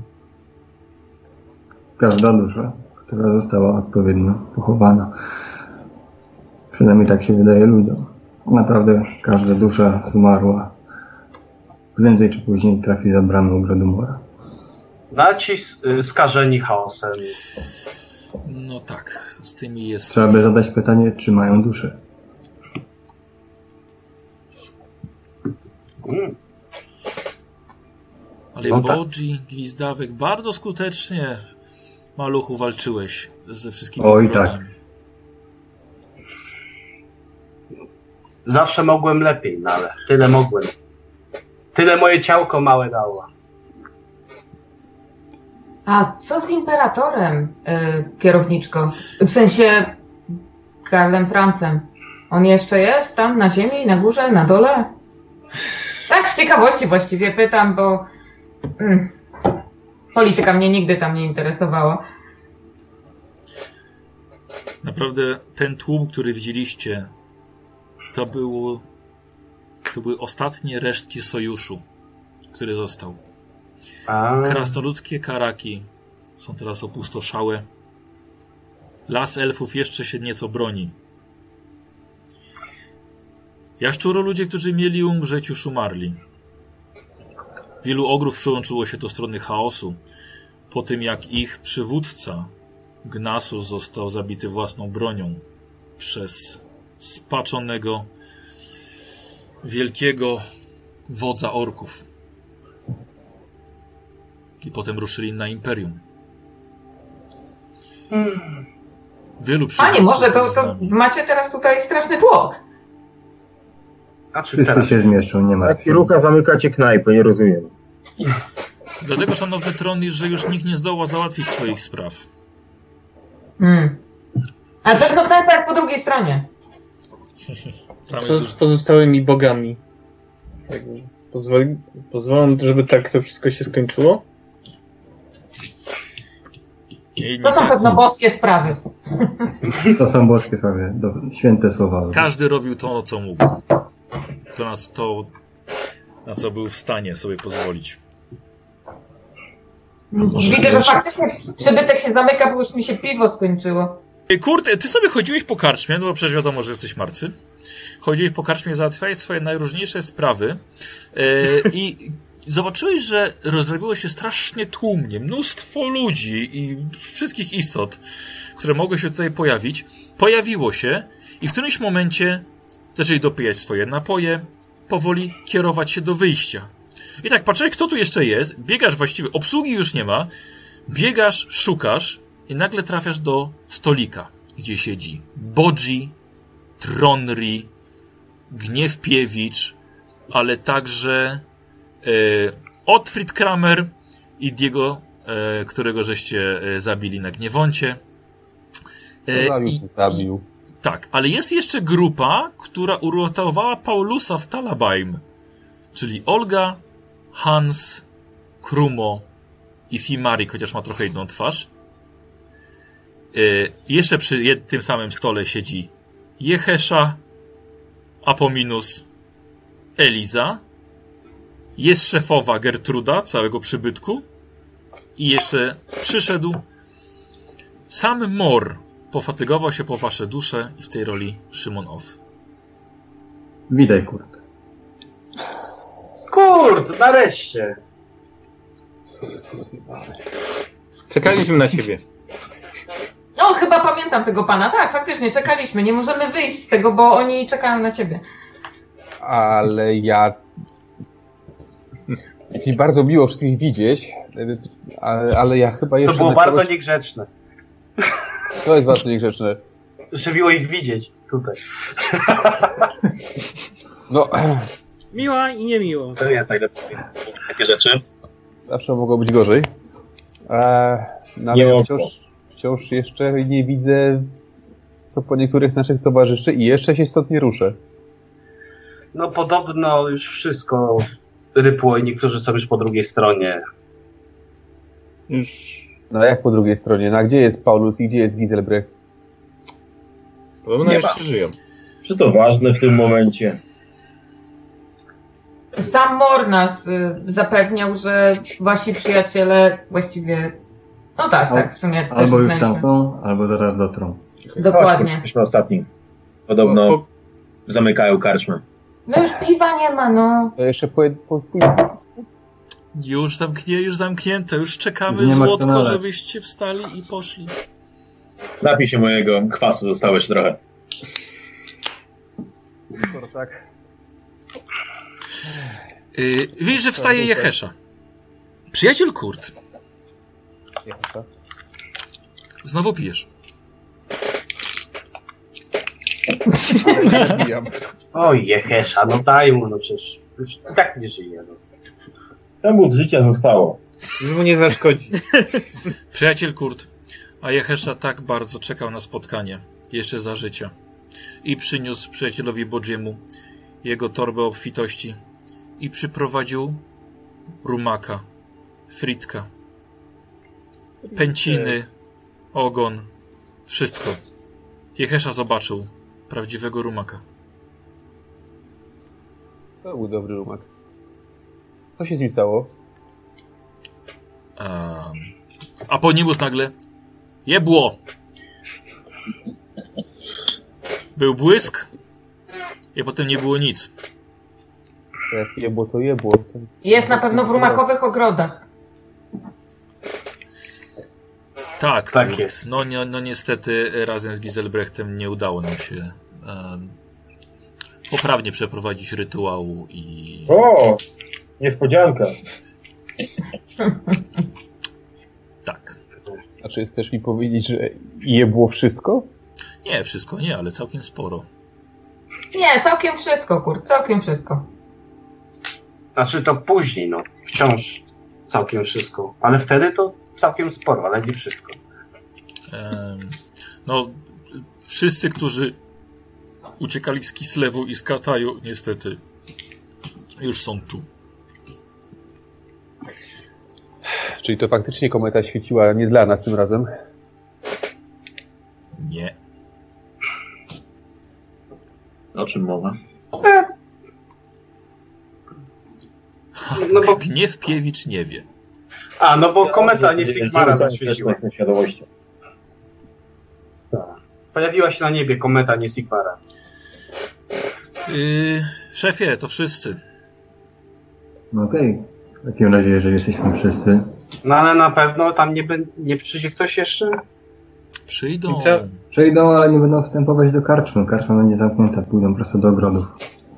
Każda dusza, która została odpowiednio pochowana. Przynajmniej tak się wydaje ludziom. Naprawdę każda dusza zmarła. Prędzej czy później trafi za bramę ogrodu Mora. No ci skażeni chaosem. No tak, z tymi jest... Trzeba by zadać pytanie, czy mają duszę. Mm. Ale no Bodzi, tak. Gwizdawek, bardzo skutecznie, maluchu, walczyłeś ze wszystkimi Oj, wrogami. tak. Zawsze mogłem lepiej, no ale tyle mogłem. Tyle moje ciałko małe dało. A co z imperatorem, yy, kierowniczko? W sensie Karlem Francem. On jeszcze jest tam na ziemi, na górze, na dole? Tak z ciekawości właściwie pytam, bo mm, polityka mnie nigdy tam nie interesowała. Naprawdę ten tłum, który widzieliście, to było, to były ostatnie resztki sojuszu, który został. A... Krasnoludzkie karaki są teraz opustoszałe. Las elfów jeszcze się nieco broni. Jaszczuro ludzie, którzy mieli umrzeć, już umarli. Wielu ogrów przyłączyło się do strony chaosu, po tym jak ich przywódca Gnasus został zabity własną bronią przez spaczonego wielkiego wodza orków. I potem ruszyli na Imperium. Hmm. Wielu Panie, może to, jest z to nami. macie teraz tutaj straszny tłok. A czy Wszyscy teraz? się zmieszczą, nie ma. Jak Kiruka zamykacie knajpę, nie rozumiem. Dlatego, szanowny Tronisz, że już nikt nie zdoła załatwić swoich spraw. Hmm. A pewno knajpa jest po drugiej stronie. Tam Co jest- z pozostałymi bogami? Jakby Pozwoli, pozwolą, żeby tak to wszystko się skończyło? I To są tak. pewno boskie sprawy. To są boskie sławy, do, święte słowa. Każdy robił to, co mógł. To, nas, to, na co był w stanie sobie pozwolić. Może Widzę, że wiesz- faktycznie przybytek się zamyka, bo już mi się piwo skończyło. Kurt, ty sobie chodziłeś po karczmie, no bo przecież wiadomo, że jesteś martwy. Chodziłeś po karczmie, załatwiałeś swoje najróżniejsze sprawy yy, i zobaczyłeś, że rozrobiło się strasznie tłumnie. Mnóstwo ludzi i wszystkich istot, które mogły się tutaj pojawić, pojawiło się i w którymś momencie zaczęli dopijać swoje napoje, powoli kierować się do wyjścia. I tak, patrzysz, kto tu jeszcze jest, biegasz właściwie, obsługi już nie ma, biegasz, szukasz i nagle trafiasz do stolika, gdzie siedzi Bodzi, Tronri, Gniewpiewicz, ale także e, Otfrid Kramer i Diego, e, którego żeście e, zabili na Gniewoncie. E, zabił, i, zabił. I, tak, ale jest jeszcze grupa, która uratowała Paulusa w Talabaim, czyli Olga, Hans, Krumo i Fimarik, chociaż ma trochę inną twarz. E, jeszcze przy jed, tym samym stole siedzi Jehesza, Apominus, Eliza. Jest szefowa Gertruda całego przybytku. I jeszcze przyszedł sam Mor. Pofatygował się po wasze dusze i w tej roli Szymon Off. Witaj, Kurt. Kurt, nareszcie. Czekaliśmy na ciebie. No, chyba pamiętam tego pana. Tak, faktycznie, czekaliśmy. Nie możemy wyjść z tego, bo oni czekają na ciebie. Ale ja... Jest mi bardzo miło wszystkich widzieć, ale, ale ja chyba jeszcze... To było kogoś... bardzo niegrzeczne. To jest bardzo niegrzeczne. Że miło ich widzieć tutaj. No... Miła i niemiło. To jest najlepiej. Takie rzeczy. Zawsze mogło być gorzej. Eee, no ale ja wciąż, wciąż jeszcze nie widzę, co po niektórych naszych towarzyszy i jeszcze się stąd nie ruszę. No podobno już wszystko rypło i niektórzy są już po drugiej stronie. Już... No jak po drugiej stronie? No a gdzie jest Paulus i gdzie jest Giselbrecht? Podobno jeszcze żyją. Czy to ważne w tym momencie? Sam Mor nas y, zapewniał, że wasi przyjaciele właściwie... No tak, Al, tak, w sumie też albo już znaliśmy. tam są, albo zaraz dotrą. Dokładnie. Jesteśmy ostatni. Podobno Po, po... zamykają karczmę. No już piwa nie ma, no. To jeszcze po, po, po... Już zamknie, już zamknięte, już czekamy Nie ma złotko, kto nalać. żebyście wstali i poszli. Napij się mojego kwasu, zostałeś trochę. Skoro tak. Yy, wiesz, że wstaje Jehesza. Przyjaciel Kurt. Jehesza. Znowu pijesz. Oj, Jehesza, no daj mu, no przecież już i tak nie żyje. No. Temu z życia zostało. Już mu nie zaszkodzi. Przyjaciel Kurt, a Jehesza tak bardzo czekał na spotkanie, jeszcze za życia. I przyniósł przyjacielowi Bodziemu jego torbę obfitości i przyprowadził rumaka, fritka, pęciny, ogon, wszystko. Jehesza zobaczył prawdziwego rumaka. To był dobry rumak. Co się z nim stało? A, a po niebus nagle jebło. Był błysk i potem nie było nic. Jak jebło, to jebło. To... Jest na pewno w rumakowych ogrodach. Tak, tak Kurt. jest. No, no, no niestety razem z Giselbrechtem nie udało nam się um, poprawnie przeprowadzić rytuału i... O! Niespodzianka. Tak. A czy chcesz mi powiedzieć, że jebło wszystko? Nie, wszystko nie, ale całkiem sporo. Nie, całkiem wszystko, Kurt, całkiem wszystko. Znaczy to później, no. Wciąż całkiem wszystko. Ale wtedy to całkiem sporo, ale nie wszystko. Um, no, wszyscy, którzy uciekali z Kislewu i z Kataju, niestety, już są tu. Czyli to faktycznie kometa świeciła nie dla nas tym razem? Nie. O czym mowa? No bo... Gniewpiewicz nie wie. A, no bo kometa nie Sigmara zaświeciła. Jestem świadomością. Tak. Pojawiła się na niebie kometa, nie Sigmara. Yy, szefie, to wszyscy. No okej. Okay. W takim razie, jeżeli jesteśmy wszyscy... No ale na pewno tam nie, nie przyjdzie ktoś jeszcze? Przyjdą. Przyjdą, ale nie będą wstępować do karczmy. Karczma będzie zamknięta, pójdą prosto do ogrodów.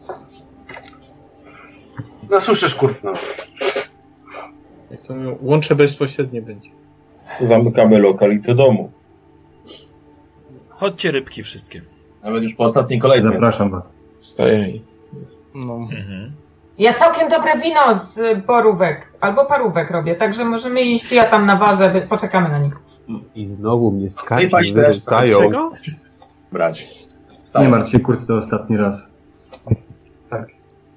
No słyszysz, kurwa. Jak to łącze bezpośrednie będzie. Zamykamy lokal i do domu. Chodźcie rybki wszystkie. Nawet już po ostatniej kolejce. Zapraszam was. Stoję i... No. Mhm. Ja całkiem dobre wino z borówek albo parówek robię, także możemy iść, ja tam naważę, poczekamy na nich. I znowu mnie skargi Wypaść wyrzucają. Czego? Brać. Nie martw się, kurs to ostatni raz. Tak.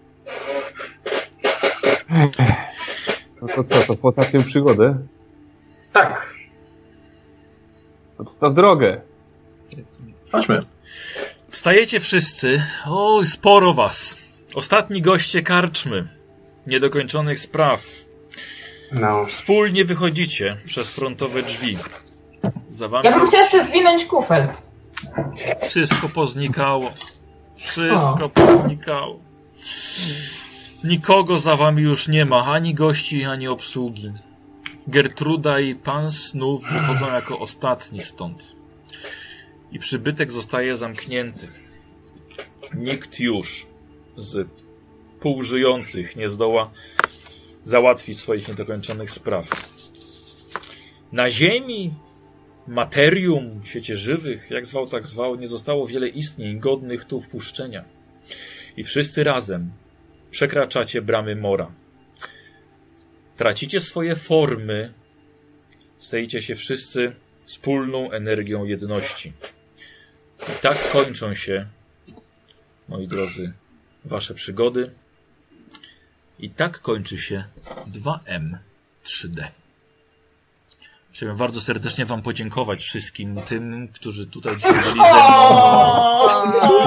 No to co, to w ostatnią przygodę? Tak. No to w drogę. Chodźmy. Wstajecie wszyscy. Oj, sporo was. Ostatni goście karczmy. Niedokończonych spraw. No. Wspólnie wychodzicie przez frontowe drzwi. Za wami Ja bym chciała jeszcze zwinąć kufel. wszystko poznikało. Wszystko o. poznikało. Nikogo za wami już nie ma. Ani gości, ani obsługi. Gertruda i pan snów wychodzą jako ostatni stąd. I przybytek zostaje zamknięty. Nikt już z półżyjących nie zdoła załatwić swoich niedokończonych spraw. Na ziemi, materium, w świecie żywych, jak zwał, tak zwał, nie zostało wiele istnień godnych tu wpuszczenia. I wszyscy razem przekraczacie bramy mora. Tracicie swoje formy, stajecie się wszyscy wspólną energią jedności. I tak kończą się, moi drodzy, wasze przygody. I tak kończy się dwa M trzy D. Chciałbym bardzo serdecznie wam podziękować wszystkim tym, którzy tutaj dzisiaj byli ze mną.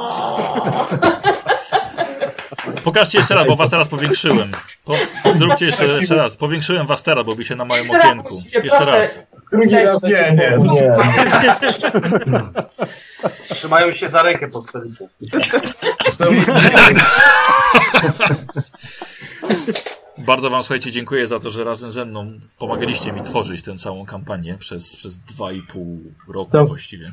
Pokażcie jeszcze raz, bo was teraz powiększyłem. Po, zróbcie jeszcze, jeszcze raz. Powiększyłem was teraz, bo by się na małym Jeszcze okienku. raz musicie, Jeszcze proszę. raz. Drugi raz nie, nie, nie. Trzymają się za rękę pod stolikiem. Bardzo wam, słuchajcie, dziękuję za to, że razem ze mną pomagaliście mi tworzyć tę całą kampanię przez, przez dwa i pół roku Co? właściwie.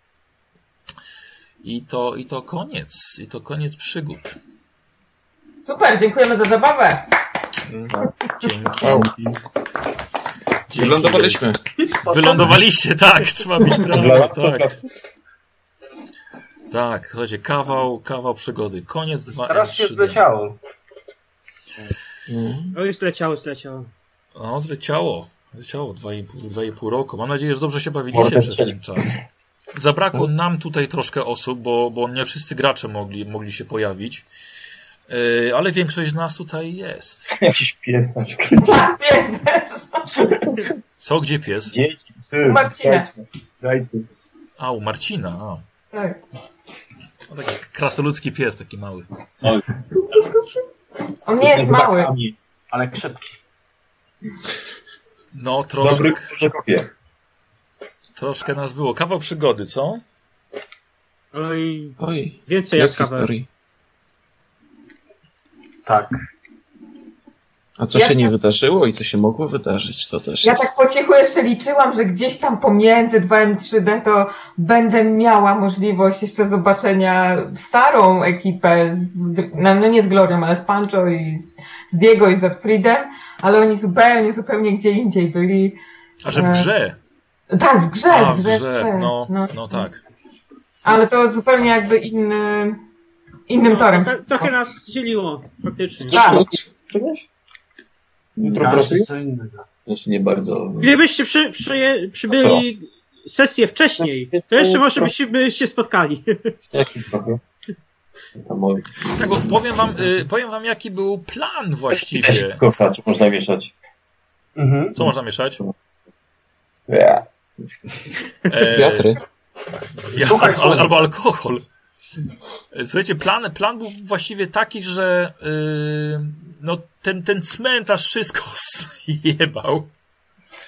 I to, I to koniec. I to koniec przygód. Super, dziękujemy za zabawę. Dzięki. Dzięki. Wylądowaliśmy. Wylądowaliście, tak. Trzeba być brawo, tak. Tak, słuchajcie, kawał, kawał przygody. Koniec dwa. Strasznie zleciało. No już zleciało, zleciało. No, zleciało. Zleciało dwa i pół, dwa i pół roku. Mam nadzieję, że dobrze się bawiliście przez ten czas. Zabrakło nam tutaj troszkę osób, bo, bo nie wszyscy gracze mogli, mogli się pojawić. Yy, ale większość z nas tutaj jest. Jakiś pies tam się Tak, pies też. Co, gdzie pies? Dzieci, psy. Marcina. Dajcie, dajcie. A, u Marcina. A. Tak. O, taki krasnoludzki pies, taki mały. On nie jest mały. Ale krzepki. No, troszkę. Dobry, dobrze kopię. Troszkę nas było. Kawał przygody, co? Oj, Oj, więcej jak jest kawał. historii. Tak. A co Ja się nie tak- wydarzyło i co się mogło wydarzyć, to też Ja jest... tak po cichu jeszcze liczyłam, że gdzieś tam pomiędzy dwa M trzy D to będę miała możliwość jeszcze zobaczenia starą ekipę, z, no no nie z Glorią, ale z Pancho i z, z Diego i z Otfriedem, ale oni zupełnie, zupełnie gdzie indziej byli. A że w grze. Tak, w grze, A, w w grze, grze. No, no tak. Ale to zupełnie jakby inny, innym torem. Trochę, trochę nas dzieliło, faktycznie. Tak. Jutro Każdy pracuję? co innego. Ja się nie bardzo... Gdybyście przy, przy, przybyli sesję wcześniej, to jeszcze może byście by się spotkali. Jaki trochę? To mój. Tak, bo powiem wam, y, powiem wam, jaki był plan właściwie. Kosa, czy można mieszać? Mhm. Co można mieszać? Ja. E, Wiatry. Wiatr, al, albo alkohol. Słuchajcie, plan, plan był właściwie taki, że yy, no, ten, ten cmentarz wszystko zjebał.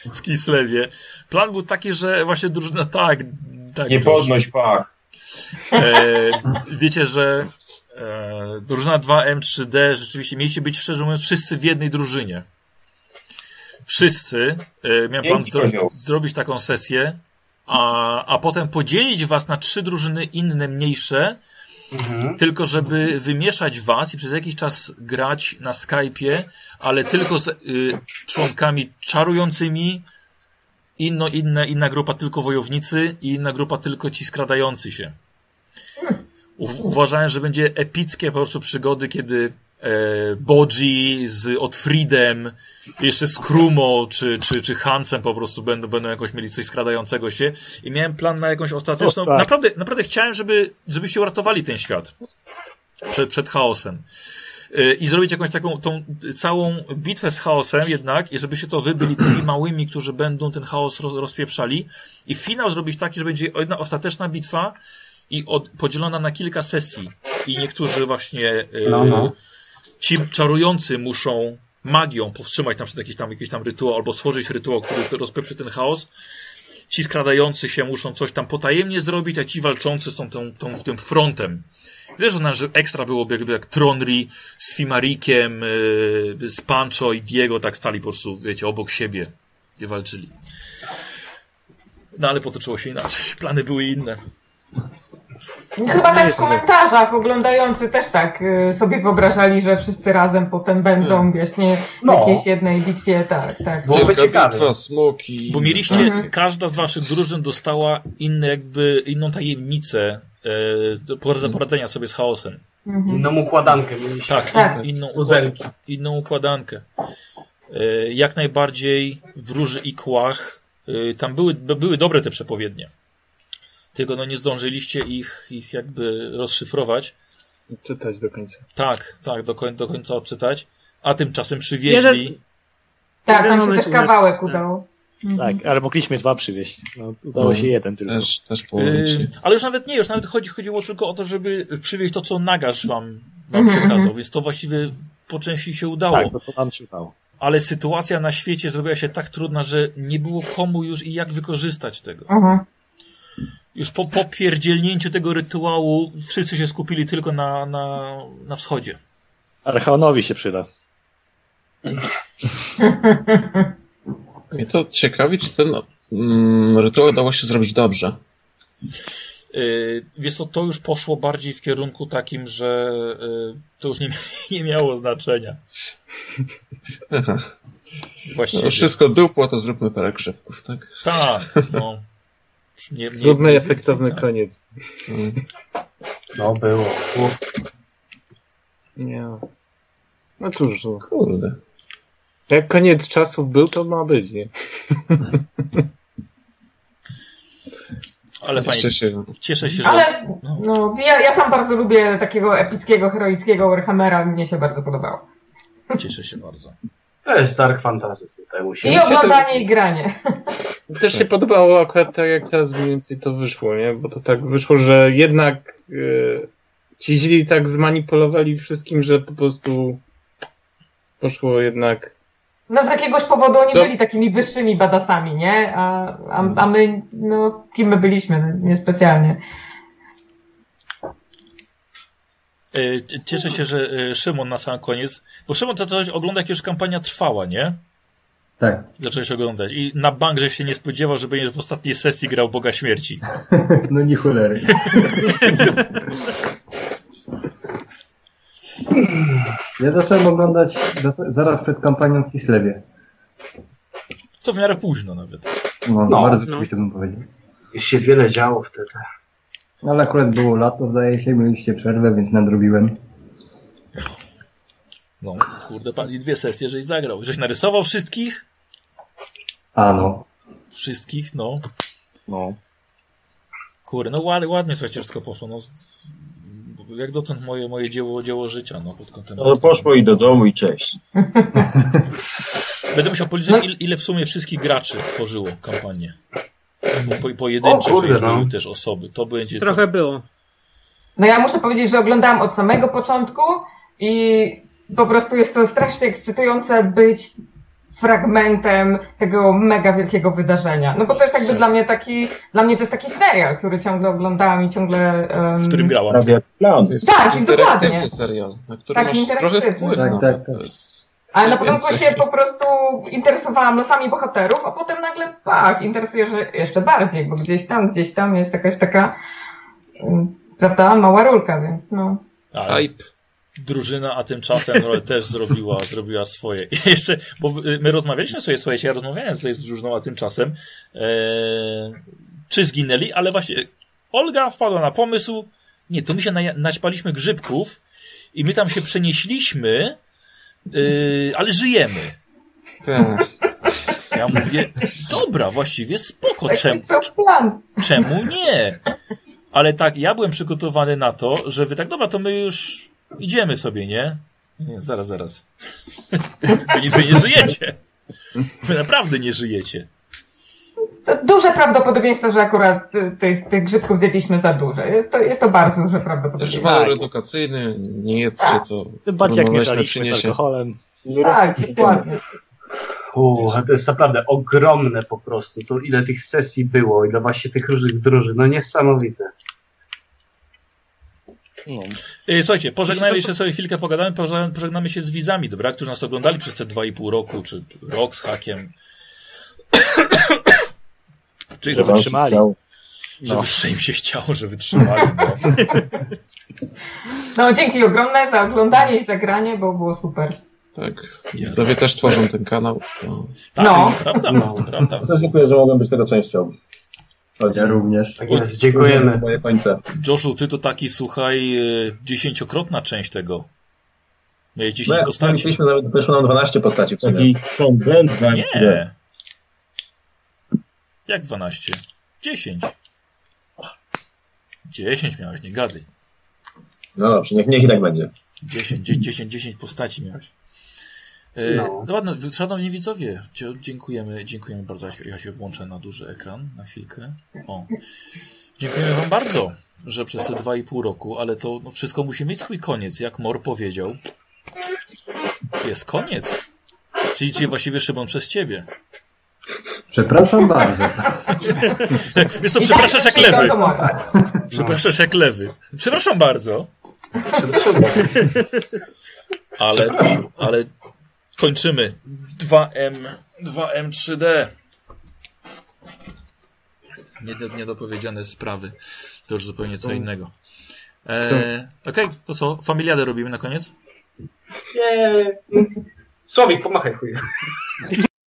w Kislewie. Plan był taki, że właśnie drużyna... Tak, tak. Nie podnoś pach. E, wiecie, że e, drużyna dwa M trzy D rzeczywiście mieliście być, szczerze mówiąc, wszyscy w jednej drużynie. Wszyscy. E, miałem plan zro zrobić taką sesję, a, a potem podzielić was na trzy drużyny inne, mniejsze, mhm. tylko żeby wymieszać was i przez jakiś czas grać na Skype'ie, ale tylko z y, członkami czarującymi, inno, inna, inna grupa tylko wojownicy i inna grupa tylko ci skradający się. U, uważałem, że będzie epickie po prostu przygody, kiedy e, Bodzi z Otfriedem, jeszcze z Krumo czy, czy, czy Hansem po prostu będą, będą jakoś mieli coś skradającego się i miałem plan na jakąś ostateczną... O, tak. Naprawdę, naprawdę chciałem, żeby, żebyście uratowali ten świat przed, przed chaosem. I zrobić jakąś taką tą całą bitwę z chaosem jednak i żeby się to wy byli tymi małymi, którzy będą ten chaos roz, rozpieprzali i finał zrobić taki, że będzie jedna ostateczna bitwa i od, podzielona na kilka sesji i niektórzy właśnie no, no. E, ci czarujący muszą magią powstrzymać na przykład jakiś tam, jakiś tam rytuał albo stworzyć rytuał, który rozpieprzy ten chaos. Ci skradający się muszą coś tam potajemnie zrobić, a ci walczący są tą, tą, tym frontem. Wiesz, że ekstra byłoby jakby jak Tronri z Fimarikiem, yy, z Pancho i Diego tak stali po prostu, wiecie, obok siebie, gdzie walczyli. No ale potoczyło się inaczej. Plany były inne. Chyba tak w komentarzach oglądający też tak y, sobie wyobrażali, że wszyscy razem potem będą właśnie w no. jakiejś jednej bitwie, tak, tak. Byłoby ciekawe. Smoki. Bo mieliście, mhm. każda z waszych drużyn dostała inne jakby, inną tajemnicę y, poradzenia sobie z chaosem. Mhm. Inną układankę mieliście. Tak, tak. In, inną, układankę. inną układankę. Y, jak najbardziej w Róży i Kłach y, tam były, były dobre te przepowiednie. Tylko no nie zdążyliście ich, ich jakby rozszyfrować. Czytać do końca. Tak, tak, do, koń, do końca odczytać. A tymczasem przywieźli... Jeden... Tak, tam się też kawałek nas... udało. Tak, ale mogliśmy dwa przywieźć. No, udało no, się jeden tylko. Też, też połowicznie. Yy, ale już nawet nie, już nawet chodzi, chodziło tylko o to, żeby przywieźć to, co Nagasz wam, wam przekazał. Więc to właściwie po części się udało. Tak, to, to nam się udało. Ale sytuacja na świecie zrobiła się tak trudna, że nie było komu już i jak wykorzystać tego. Mhm. Już po, po pierdzielnięciu tego rytuału wszyscy się skupili tylko na, na, na wschodzie. Archaonowi się przyda. I to ciekawi, czy ten mm, rytuał udało się zrobić dobrze. Yy, wiesz co, to już poszło bardziej w kierunku takim, że yy, to już nie, nie miało znaczenia. Aha. Właściwie. No, wszystko dupło, to zróbmy parę grzybków, tak? Tak, no. Nie, nie, Zróbmy nie efektowny tak. koniec. No było. Nie. No cóż, no. Kurde. Jak koniec czasów był, to ma być, nie? Ale fajnie. Się... Cieszę się, że... Ale no. No, ja, ja tam bardzo lubię takiego epickiego, heroickiego Warhammera. Mnie się bardzo podobało. Cieszę się bardzo. To jest Dark Fantasy. Tutaj I oglądanie to... i granie. Też się podobało akurat tak, jak teraz mniej więcej to wyszło, nie? Bo to tak wyszło, że jednak yy, ci źli tak zmanipulowali wszystkim, że po prostu poszło jednak... No z jakiegoś powodu oni Do... byli takimi wyższymi badasami, nie? A, a, a my, no kim my byliśmy? Niespecjalnie. Cieszę się, że Szymon na sam koniec, bo Szymon zacząłeś oglądać, jak już kampania trwała, nie? Tak. Zacząłeś oglądać i na bank, że się nie spodziewał, że będziesz w ostatniej sesji grał Boga Śmierci. No nie cholery. Ja zacząłem oglądać zaraz przed kampanią w Kislewie. Co w miarę późno nawet. No, no bardzo no. późno bym powiedział. Już się wiele działo wtedy. Ale akurat było lato, zdaje się, mieliście przerwę, więc nadrobiłem. No, kurde, pan i dwie sesje, żeś zagrał. Żeś narysował wszystkich? A no. Wszystkich, no. No. Kurde, no ładnie, ładnie słuchajcie, wszystko poszło. No, jak dotąd moje, moje dzieło, dzieło życia, no, pod kątem... No poszło i do domu i cześć. Będę musiał policzyć, ile, ile w sumie wszystkich graczy tworzyło kampanię. Po, pojedyncze o, kurde, no. były też osoby. To będzie Trochę to... było. No ja muszę powiedzieć, że oglądałam od samego początku i po prostu jest to strasznie ekscytujące być fragmentem tego mega wielkiego wydarzenia. No bo to jest jakby dla mnie taki, dla mnie to jest taki serial, który ciągle oglądałam i ciągle... Um... W którym grałam. Plan. To jest Tak, interaktywny dokładnie. serial, na który Tak, masz trochę wpływ. Tak, na tak, tak. To jest Ale na więcej. początku się po prostu interesowałam losami bohaterów, a potem nagle pach, interesuje się jeszcze bardziej, bo gdzieś tam, gdzieś tam jest jakaś taka, um, prawda, mała rulka, więc no... Ale Hype. drużyna, a tymczasem no, też zrobiła, zrobiła swoje. I jeszcze, bo my rozmawialiśmy sobie, słuchajcie, ja rozmawiałem z z drużyną, a tymczasem e, czy zginęli, ale właśnie Olga wpadła na pomysł, nie, to my się na, naćpaliśmy grzybków i my tam się przenieśliśmy, e, ale żyjemy. Tak. Ja mówię, dobra, właściwie spoko, Taki czemu, plan. czemu nie? Ale tak, ja byłem przygotowany na to, że wy tak, dobra, to my już idziemy sobie, nie? Nie, zaraz, zaraz. Wy nie, wy nie żyjecie. Wy naprawdę nie żyjecie. Duże prawdopodobieństwo, że akurat y, tych, tych grzybków zjedliśmy za dużo. Jest to, jest to bardzo duże Też prawdopodobieństwo. walor edukacyjny, nie jedzcie, co Tym bardziej jak równoleśne mieszaliśmy z przyniesie. alkoholem. Tak, dokładnie. Uuu, to jest naprawdę ogromne po prostu. To ile tych sesji było, ile właśnie tych różnych drużyn. No niesamowite. No. Yy, Słuchajcie, pożegnajmy jeszcze sobie chwilkę, pogadamy, pożeg- pożegnamy się z widzami, dobra, którzy nas oglądali przez te dwa i pół roku, czy rok z hakiem. Czy Że wytrzymali. Że No. że im się chciało, że wytrzymali. No. No dzięki ogromne za oglądanie i za granie, bo było super. Tak. Widzowie też tworzą ten kanał. To... Tak, No. prawda, No. to prawda. To dziękuję, że mogłem być tego częścią. Ja również. Tak jest, dziękujemy. Moje końce. Joshu, ty to taki, słuchaj, yy, dziesięciokrotna część tego. Miałeś No dziesięć jak postaci. skończyliśmy, nawet wyszło nam dwanaście postaci w sumie. Taki konwent na Nie. Jak dwanaście? dziesięć. dziesięć miałeś, nie gadaj. No dobrze, niech, niech i tak będzie. dziesięć, dziesięć, dziesięć postaci miałeś. E, No. no ładno, szanowni widzowie, dzie- dziękujemy, dziękujemy bardzo. Ja się, ja się włączę na duży ekran na chwilkę. O. Dziękujemy wam bardzo, że przez te dwa i pół roku, ale to no, wszystko musi mieć swój koniec. Jak Mor powiedział, jest koniec. Czyli, czyli właściwie Szymon przez ciebie. Przepraszam bardzo. Wiesz co, przepraszasz jak lewy. Przepraszasz jak lewy. Przepraszam bardzo. Ale, ale kończymy. dwa M, dwa M trzy D. Nied- Niedopowiedziane sprawy. To już zupełnie co innego. E, Okej, okay, to co? Familiadę robimy na koniec? Nie. Słowik, pomachaj chuj.